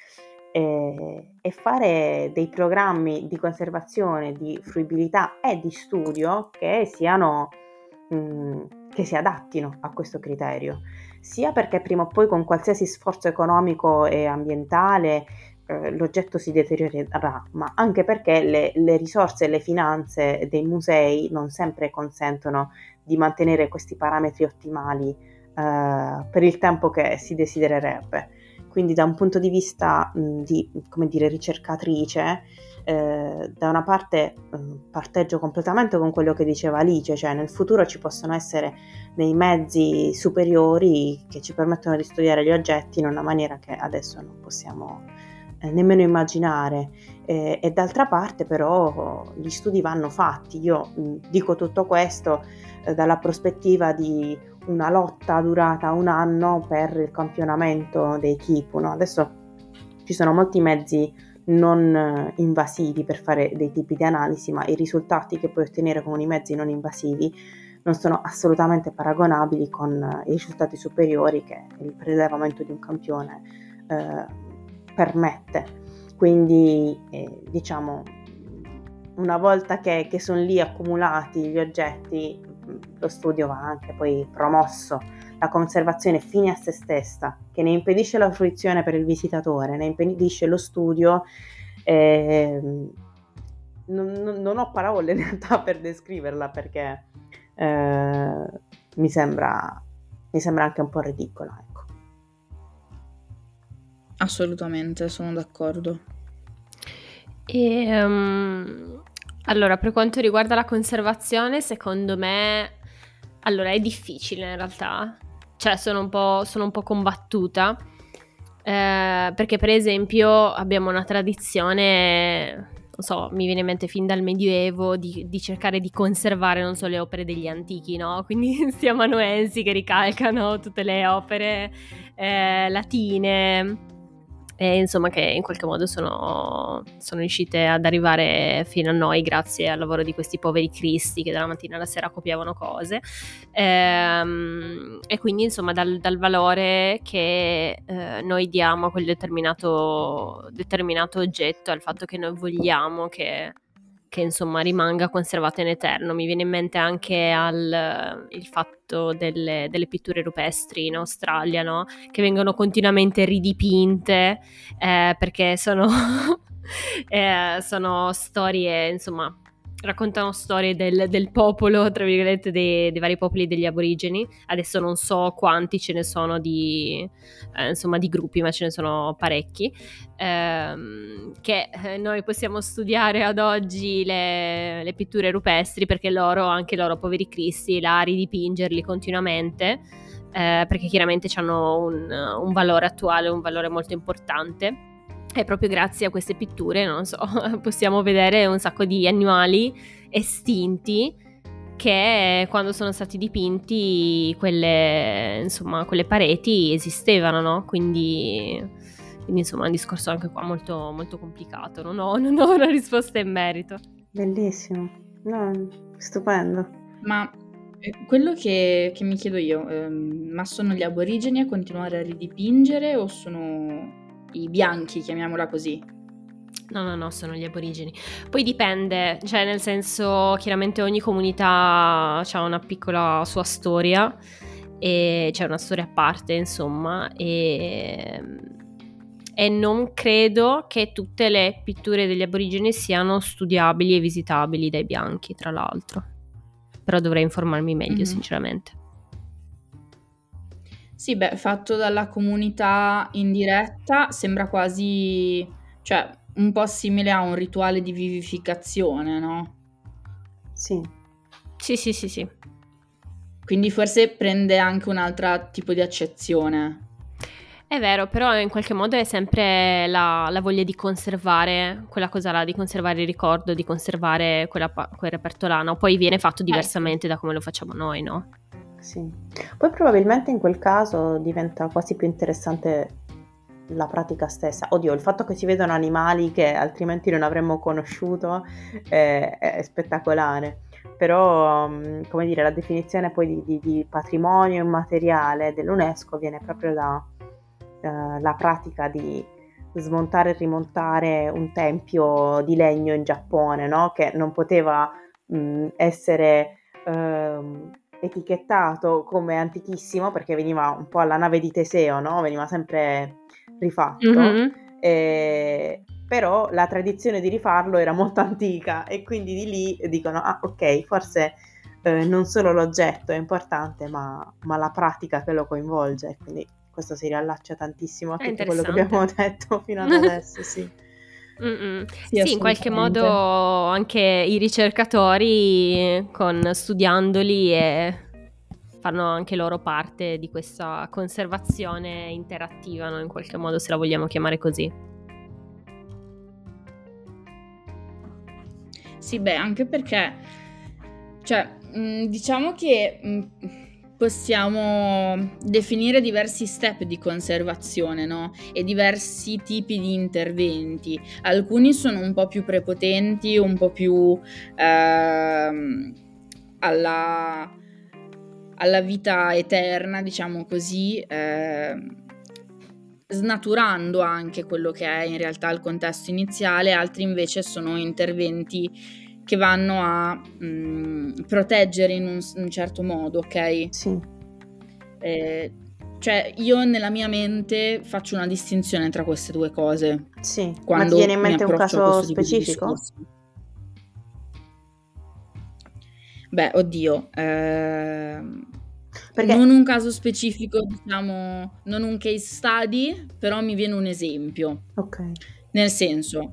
E, e fare dei programmi di conservazione, di fruibilità e di studio che siano mh, che si adattino a questo criterio, sia perché prima o poi con qualsiasi sforzo economico e ambientale eh, l'oggetto si deteriorerà, ma anche perché le, le risorse e le finanze dei musei non sempre consentono di mantenere questi parametri ottimali eh, per il tempo che si desidererebbe. Quindi da un punto di vista mh, di, come dire, ricercatrice, eh, da una parte mh, parteggio completamente con quello che diceva Alice, cioè nel futuro ci possono essere dei mezzi superiori che ci permettono di studiare gli oggetti in una maniera che adesso non possiamo eh, nemmeno immaginare, eh, e d'altra parte però gli studi vanno fatti. Io mh, dico tutto questo eh, dalla prospettiva di una lotta durata un anno per il campionamento dei Kipu, no? Adesso ci sono molti mezzi non invasivi per fare dei tipi di analisi, ma i risultati che puoi ottenere con i mezzi non invasivi non sono assolutamente paragonabili con i risultati superiori che il prelevamento di un campione eh, permette. Quindi eh, diciamo, una volta che, che sono lì accumulati gli oggetti, lo studio va anche poi promosso. La conservazione fine a se stessa, che ne impedisce la fruizione per il visitatore, ne impedisce lo studio, eh, non, non ho parole in realtà per descriverla, perché eh, mi sembra mi sembra anche un po' ridicola, ecco. Assolutamente, sono d'accordo. E, um, allora, per quanto riguarda la conservazione, secondo me, allora è difficile in realtà, cioè sono un po', sono un po' combattuta, eh, perché per esempio abbiamo una tradizione, non so, mi viene in mente fin dal Medioevo, di, di cercare di conservare non solo le opere degli antichi, no? Quindi sia amanuensi che ricalcano tutte le opere eh, latine, e insomma che in qualche modo sono, sono riuscite ad arrivare fino a noi grazie al lavoro di questi poveri cristi che dalla mattina alla sera copiavano cose, ehm, e quindi insomma dal, dal valore che eh, noi diamo a quel determinato, determinato oggetto, al fatto che noi vogliamo che che insomma rimanga conservata in eterno. Mi viene in mente anche al, il fatto delle, delle pitture rupestri in Australia, no? Che vengono continuamente ridipinte eh, perché sono, eh, sono storie, insomma, raccontano storie del, del popolo, tra virgolette, dei, dei vari popoli degli aborigeni. Adesso non so quanti ce ne sono di, eh, insomma, di gruppi, ma ce ne sono parecchi, ehm, che noi possiamo studiare ad oggi le, le pitture rupestri, perché loro, anche loro poveri cristi, là a ridipingerli continuamente, eh, perché chiaramente hanno un, un valore attuale, un valore molto importante. E proprio grazie a queste pitture, non so, possiamo vedere un sacco di animali estinti che quando sono stati dipinti quelle, insomma, quelle pareti esistevano, no? Quindi, quindi insomma è un discorso anche qua molto, molto complicato, non ho, non ho una risposta in merito. Bellissimo, no, stupendo. Ma quello che, che mi chiedo io, ehm, ma sono gli aborigeni a continuare a ridipingere o sono i bianchi, chiamiamola così? No, no, no, sono gli aborigeni. Poi dipende, cioè nel senso, chiaramente ogni comunità ha una piccola sua storia, e c'è una storia a parte, insomma, e, e non credo che tutte le pitture degli aborigeni siano studiabili e visitabili dai bianchi, tra l'altro. Però dovrei informarmi meglio, mm-hmm. sinceramente. Sì, beh, fatto dalla comunità in diretta sembra quasi, cioè, un po' simile a un rituale di vivificazione, no? Sì. Sì, sì, sì, sì. quindi forse prende anche un altro tipo di accezione. È vero, però in qualche modo è sempre la, la voglia di conservare quella cosa là, di conservare il ricordo, di conservare quella, quel reperto là, no? Poi viene fatto diversamente eh. da come lo facciamo noi, no? Sì. Poi probabilmente in quel caso diventa quasi più interessante la pratica stessa. Oddio, il fatto che si vedono animali che altrimenti non avremmo conosciuto è, è spettacolare. Però, come dire, la definizione poi di, di, di patrimonio immateriale dell'UNESCO viene proprio da Uh, la pratica di smontare e rimontare un tempio di legno in Giappone, no? Che non poteva mh, essere uh, etichettato come antichissimo perché veniva un po' alla nave di Teseo, no? Veniva sempre rifatto, mm-hmm. e... però la tradizione di rifarlo era molto antica e quindi di lì dicono ah ok, forse eh, non solo l'oggetto è importante ma, ma la pratica che lo coinvolge, quindi questo si riallaccia tantissimo a tutto quello che abbiamo detto fino ad adesso, sì. Sì, sì, in qualche modo anche i ricercatori con studiandoli e fanno anche loro parte di questa conservazione interattiva, no? In qualche modo, se la vogliamo chiamare così. Sì, beh, anche perché cioè, mh, diciamo che mh, possiamo definire diversi step di conservazione, no? E diversi tipi di interventi. Alcuni sono un po' più prepotenti, un po' più ehm, alla, alla vita eterna, diciamo così, ehm, snaturando anche quello che è in realtà il contesto iniziale. Altri invece sono interventi che vanno a mh, proteggere in un, un certo modo, ok? Sì. Eh, cioè io nella mia mente faccio una distinzione tra queste due cose. Sì, quando ma ti viene in mente mi un caso a questo specifico? Beh, oddio, ehm, Perché... non un caso specifico, diciamo, non un case study, però mi viene un esempio. Ok. Nel senso,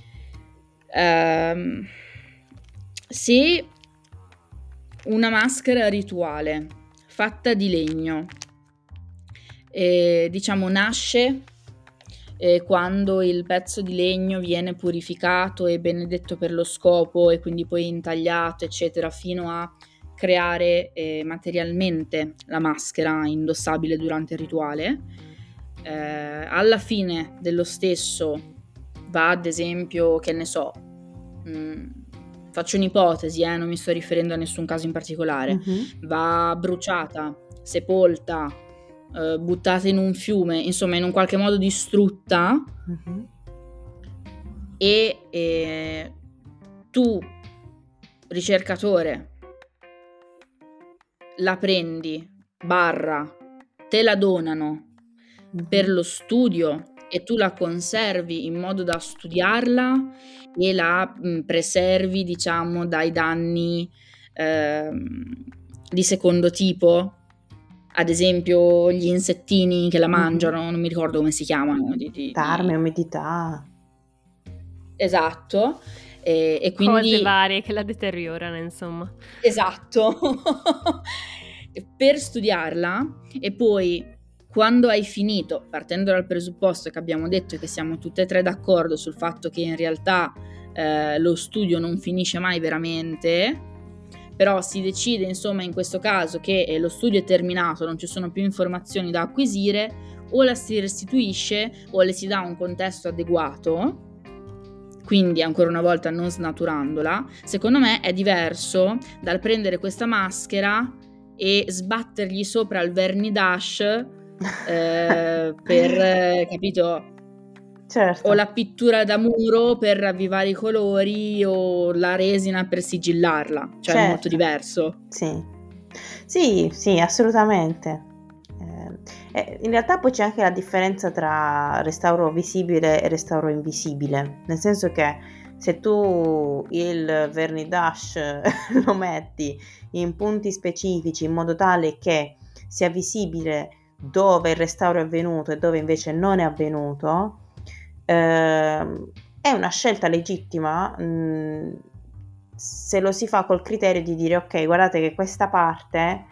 ehm, se una maschera rituale fatta di legno, eh, diciamo, nasce eh, quando il pezzo di legno viene purificato e benedetto per lo scopo e quindi poi intagliato, eccetera, fino a creare eh, materialmente la maschera indossabile durante il rituale. Eh, alla fine dello stesso va, ad esempio, che ne so, mh, faccio un'ipotesi, eh, non mi sto riferendo a nessun caso in particolare, uh-huh. va bruciata, sepolta, eh, buttata in un fiume, insomma in un qualche modo distrutta, uh-huh. e eh, tu, ricercatore, la prendi, barra, te la donano uh-huh. per lo studio e tu la conservi in modo da studiarla e la mh, preservi, diciamo, dai danni eh, di secondo tipo, ad esempio gli insettini che la mangiano, mm-hmm. non mi ricordo come si chiamano. Di, di, Tarme, di... umidità. Esatto. E, e quindi... cose varie che la deteriorano, insomma. Esatto. Per studiarla e poi... Quando hai finito, partendo dal presupposto che abbiamo detto che siamo tutte e tre d'accordo sul fatto che in realtà eh, lo studio non finisce mai veramente, però si decide insomma in questo caso che eh, lo studio è terminato, non ci sono più informazioni da acquisire, o la si restituisce o le si dà un contesto adeguato, quindi ancora una volta non snaturandola. Secondo me è diverso dal prendere questa maschera e sbattergli sopra il vernidash Eh, per eh, capito, certo. o la pittura da muro per ravvivare i colori o la resina per sigillarla, cioè certo. È molto diverso. Sì, sì, sì, assolutamente. Eh, in realtà poi c'è anche la differenza tra restauro visibile e restauro invisibile, nel senso che se tu il vernidash lo metti in punti specifici in modo tale che sia visibile dove il restauro è avvenuto e dove invece non è avvenuto, eh, è una scelta legittima mh, se lo si fa col criterio di dire ok, guardate che questa parte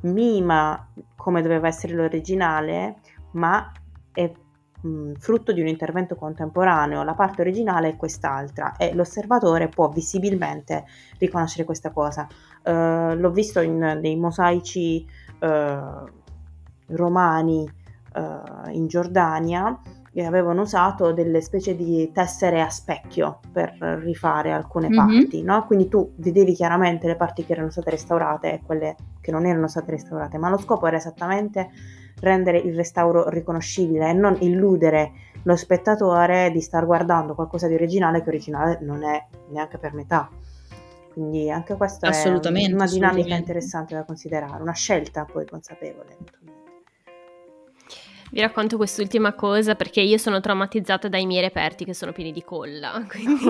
mima come doveva essere l'originale, ma è mh, frutto di un intervento contemporaneo. La parte originale è quest'altra e l'osservatore può visibilmente riconoscere questa cosa. Uh, l'ho visto in dei mosaici uh, romani uh, in Giordania, e avevano usato delle specie di tessere a specchio per rifare alcune Mhm. parti, no? Quindi tu vedevi chiaramente le parti che erano state restaurate e quelle che non erano state restaurate, ma lo scopo era esattamente rendere il restauro riconoscibile e non illudere lo spettatore di star guardando qualcosa di originale che originale non è neanche per metà. Quindi anche questa è Assolutamente, una dinamica assolutamente. interessante da considerare, una scelta poi consapevole eventualmente. Vi racconto quest'ultima cosa perché io sono traumatizzata dai miei reperti che sono pieni di colla, quindi...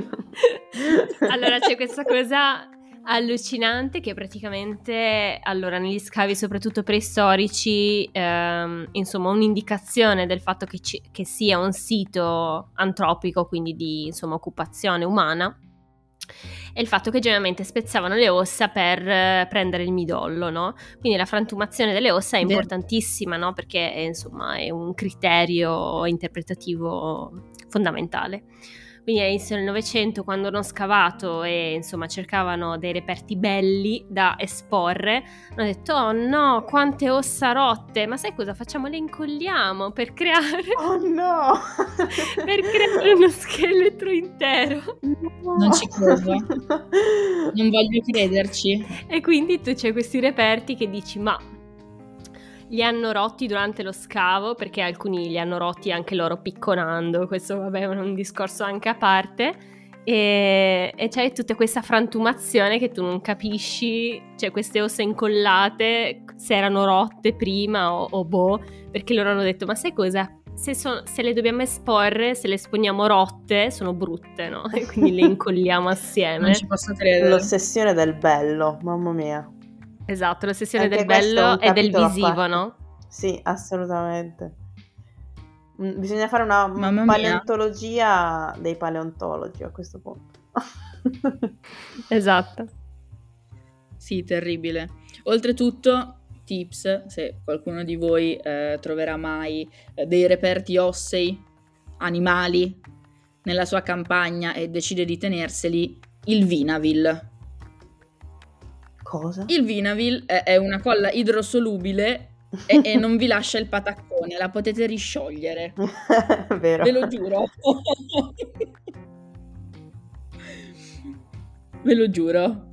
Allora c'è questa cosa allucinante che praticamente, allora negli scavi soprattutto preistorici, ehm, insomma un'indicazione del fatto che, ci, che sia un sito antropico, quindi di insomma occupazione umana, è il fatto che generalmente spezzavano le ossa per eh, prendere il midollo, no? Quindi la frantumazione delle ossa è Vero. importantissima, no? Perché è, insomma è un criterio interpretativo fondamentale. Quindi all'inizio del Novecento, quando hanno scavato e insomma cercavano dei reperti belli da esporre, hanno detto: oh no, quante ossa rotte, ma sai cosa facciamo? Le incolliamo per creare Oh no! per creare uno scheletro intero. No! Non ci credo. Non voglio crederci. E quindi tu c'hai questi reperti che dici: ma li hanno rotti durante lo scavo, perché alcuni li hanno rotti anche loro picconando, questo vabbè è un discorso anche a parte, e, e c'è tutta questa frantumazione che tu non capisci, cioè queste ossa incollate se erano rotte prima o, o boh, perché loro hanno detto: ma sai cosa? Se, so, se le dobbiamo esporre, se le esponiamo rotte, sono brutte, no? E quindi le incolliamo assieme. Non ci posso credere. L'ossessione del bello, mamma mia. Esatto, l'ossessione Anche del questo è un bello e del capitolo a visivo, parte. no? Sì, assolutamente. Mm, Bisogna fare una Mamma mia. paleontologia dei paleontologi a questo punto. Esatto. Sì, terribile. Oltretutto, tips, se qualcuno di voi eh, troverà mai eh, dei reperti ossei, animali, nella sua campagna e decide di tenerseli, il Vinavil. Cosa? Il Vinavil è, è una colla idrosolubile e, e non vi lascia il pataccone, la potete risciogliere. Vero. Ve lo giuro. Ve lo giuro.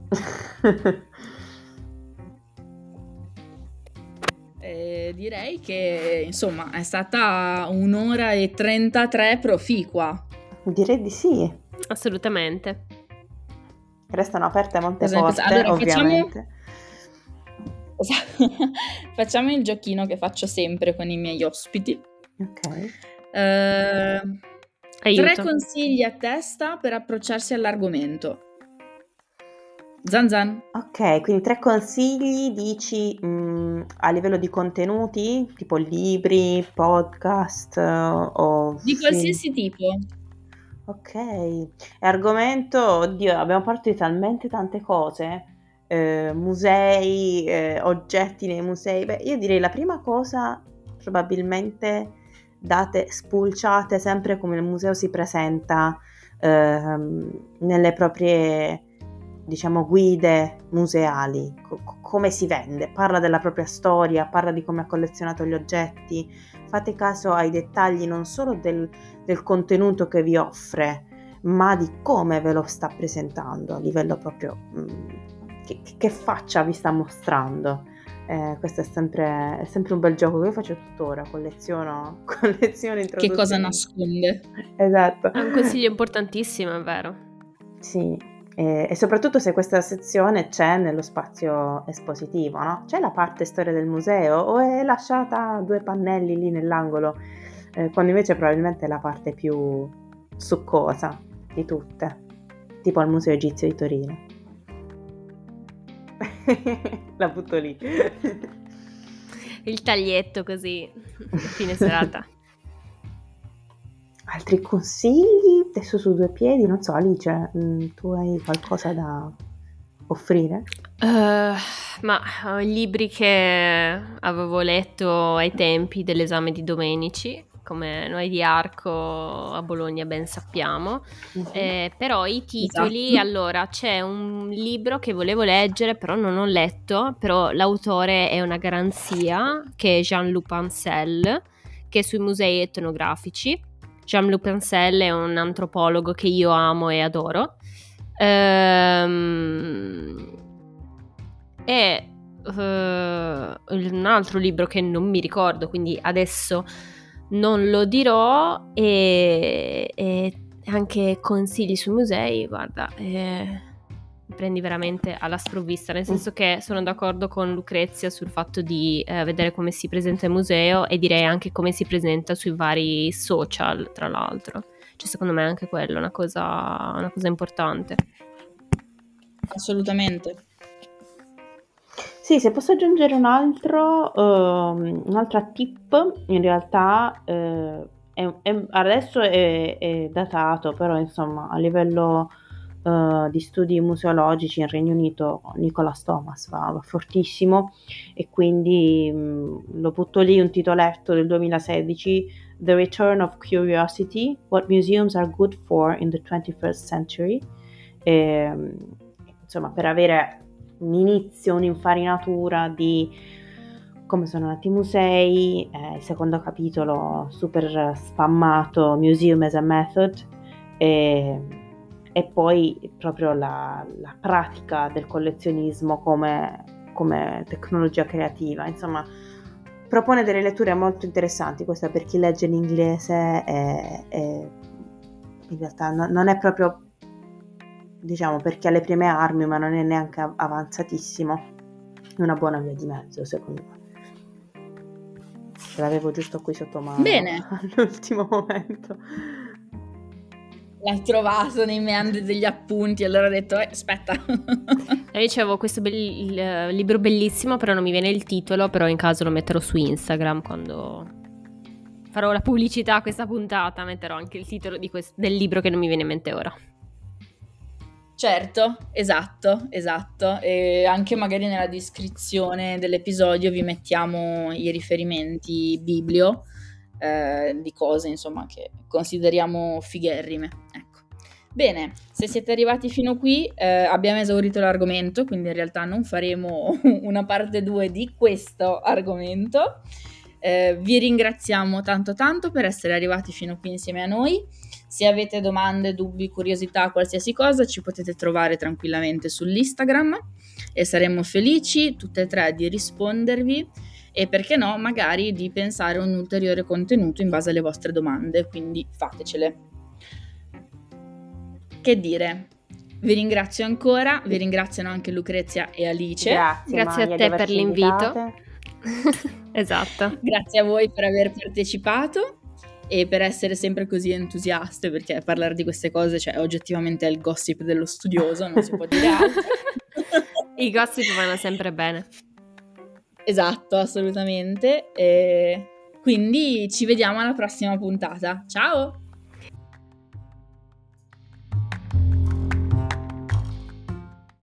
E direi che insomma è stata un'ora e trentatré proficua. Direi di sì. Assolutamente. Restano aperte molte Cosa ne porte, pensa- allora, ovviamente. Facciamo... facciamo il giochino che faccio sempre con i miei ospiti. Ok. Eh, Aiuto. tre consigli a testa per approcciarsi all'argomento. Zan zan. Ok, quindi tre consigli, dici mh, a livello di contenuti, tipo libri, podcast eh, o Di film? qualsiasi tipo. Ok, e argomento, oddio, abbiamo parlato di talmente tante cose, eh, musei, eh, oggetti nei musei. Beh, io direi la prima cosa, probabilmente date spulciate sempre come il museo si presenta ehm, nelle proprie, diciamo, guide museali, co- come si vende, parla della propria storia, parla di come ha collezionato gli oggetti, fate caso ai dettagli non solo del, del contenuto che vi offre, ma di come ve lo sta presentando a livello proprio, mh, che, che faccia vi sta mostrando. Eh, questo è sempre, è sempre un bel gioco che io faccio tuttora, colleziono, colleziono introduzioni. Che cosa nasconde? Esatto. È un consiglio importantissimo, è vero. Sì, e, e soprattutto se questa sezione c'è nello spazio espositivo, no? C'è la parte storia del museo o è lasciata due pannelli lì nell'angolo, eh, quando invece probabilmente è la parte più succosa di tutte, tipo al Museo Egizio di Torino. La butto lì. Il taglietto così, fine serata. Altri consigli? Adesso su due piedi, non so, Alice, mh, tu hai qualcosa da... offrire? Uh, ma uh, libri che avevo letto ai tempi dell'esame di Domenici, come Noi di Arco a Bologna ben sappiamo, uh-huh. eh, però i titoli, esatto. Allora c'è un libro che volevo leggere però non ho letto, però l'autore è una garanzia, che è Jean-Luc Ancel, che è sui musei etnografici. Jean-Luc Ancel è un antropologo che io amo e adoro. Ehm... E uh, un altro libro che non mi ricordo, quindi adesso non lo dirò, e, e anche consigli sui musei, guarda, eh, mi prendi veramente alla sprovvista, nel senso che sono d'accordo con Lucrezia sul fatto di eh, vedere come si presenta il museo, e direi anche come si presenta sui vari social, tra l'altro, cioè secondo me anche quello è una cosa, una cosa importante. Assolutamente. Sì, se posso aggiungere un altro, uh, un'altra tip, in realtà uh, è, è, adesso è, è datato, però insomma a livello uh, di studi museologici in Regno Unito Nicholas Thomas va, va fortissimo, e quindi mh, lo butto lì, un titoletto del duemilasedici, The Return of Curiosity, What Museums Are Good For in the twenty-first Century, e, insomma per avere un inizio, un'infarinatura di come sono nati i musei, eh, il secondo capitolo super spammato, Museum as a Method, e, e poi proprio la, la pratica del collezionismo come, come tecnologia creativa. Insomma, propone delle letture molto interessanti. Questa per chi legge in inglese è, è, in realtà no, non è proprio, diciamo, per chi ha le prime armi, ma non è neanche avanzatissimo. È una buona via di mezzo, secondo me. Ce l'avevo giusto qui sotto mano. Bene. All'ultimo momento. L'hai trovato nei meandri degli appunti, allora ho detto, eh, aspetta. Io dicevo, questo be- libro bellissimo, però non mi viene il titolo, però in caso lo metterò su Instagram quando farò la pubblicità a questa puntata, metterò anche il titolo di quest- del libro che non mi viene in mente ora. Certo, esatto, esatto, e anche magari nella descrizione dell'episodio vi mettiamo i riferimenti biblio eh, di cose, insomma, che consideriamo figherrime, ecco. Bene, se siete arrivati fino qui eh, abbiamo esaurito l'argomento, quindi in realtà non faremo una parte due di questo argomento. Eh, vi ringraziamo tanto tanto per essere arrivati fino qui insieme a noi. Se avete domande, dubbi, curiosità, qualsiasi cosa, ci potete trovare tranquillamente sull'Instagram e saremmo felici tutte e tre di rispondervi, e perché no, magari di pensare a un ulteriore contenuto in base alle vostre domande, quindi fatecele. Che dire? Vi ringrazio ancora, vi ringraziano anche Lucrezia e Alice. Grazie, Grazie Maya, a te per l'invito. Esatto. Grazie a voi per aver partecipato e per essere sempre così entusiaste, perché parlare di queste cose, cioè, oggettivamente è il gossip dello studioso, non si può dire altro. I gossip vanno sempre bene. Esatto, assolutamente. E quindi ci vediamo alla prossima puntata. Ciao!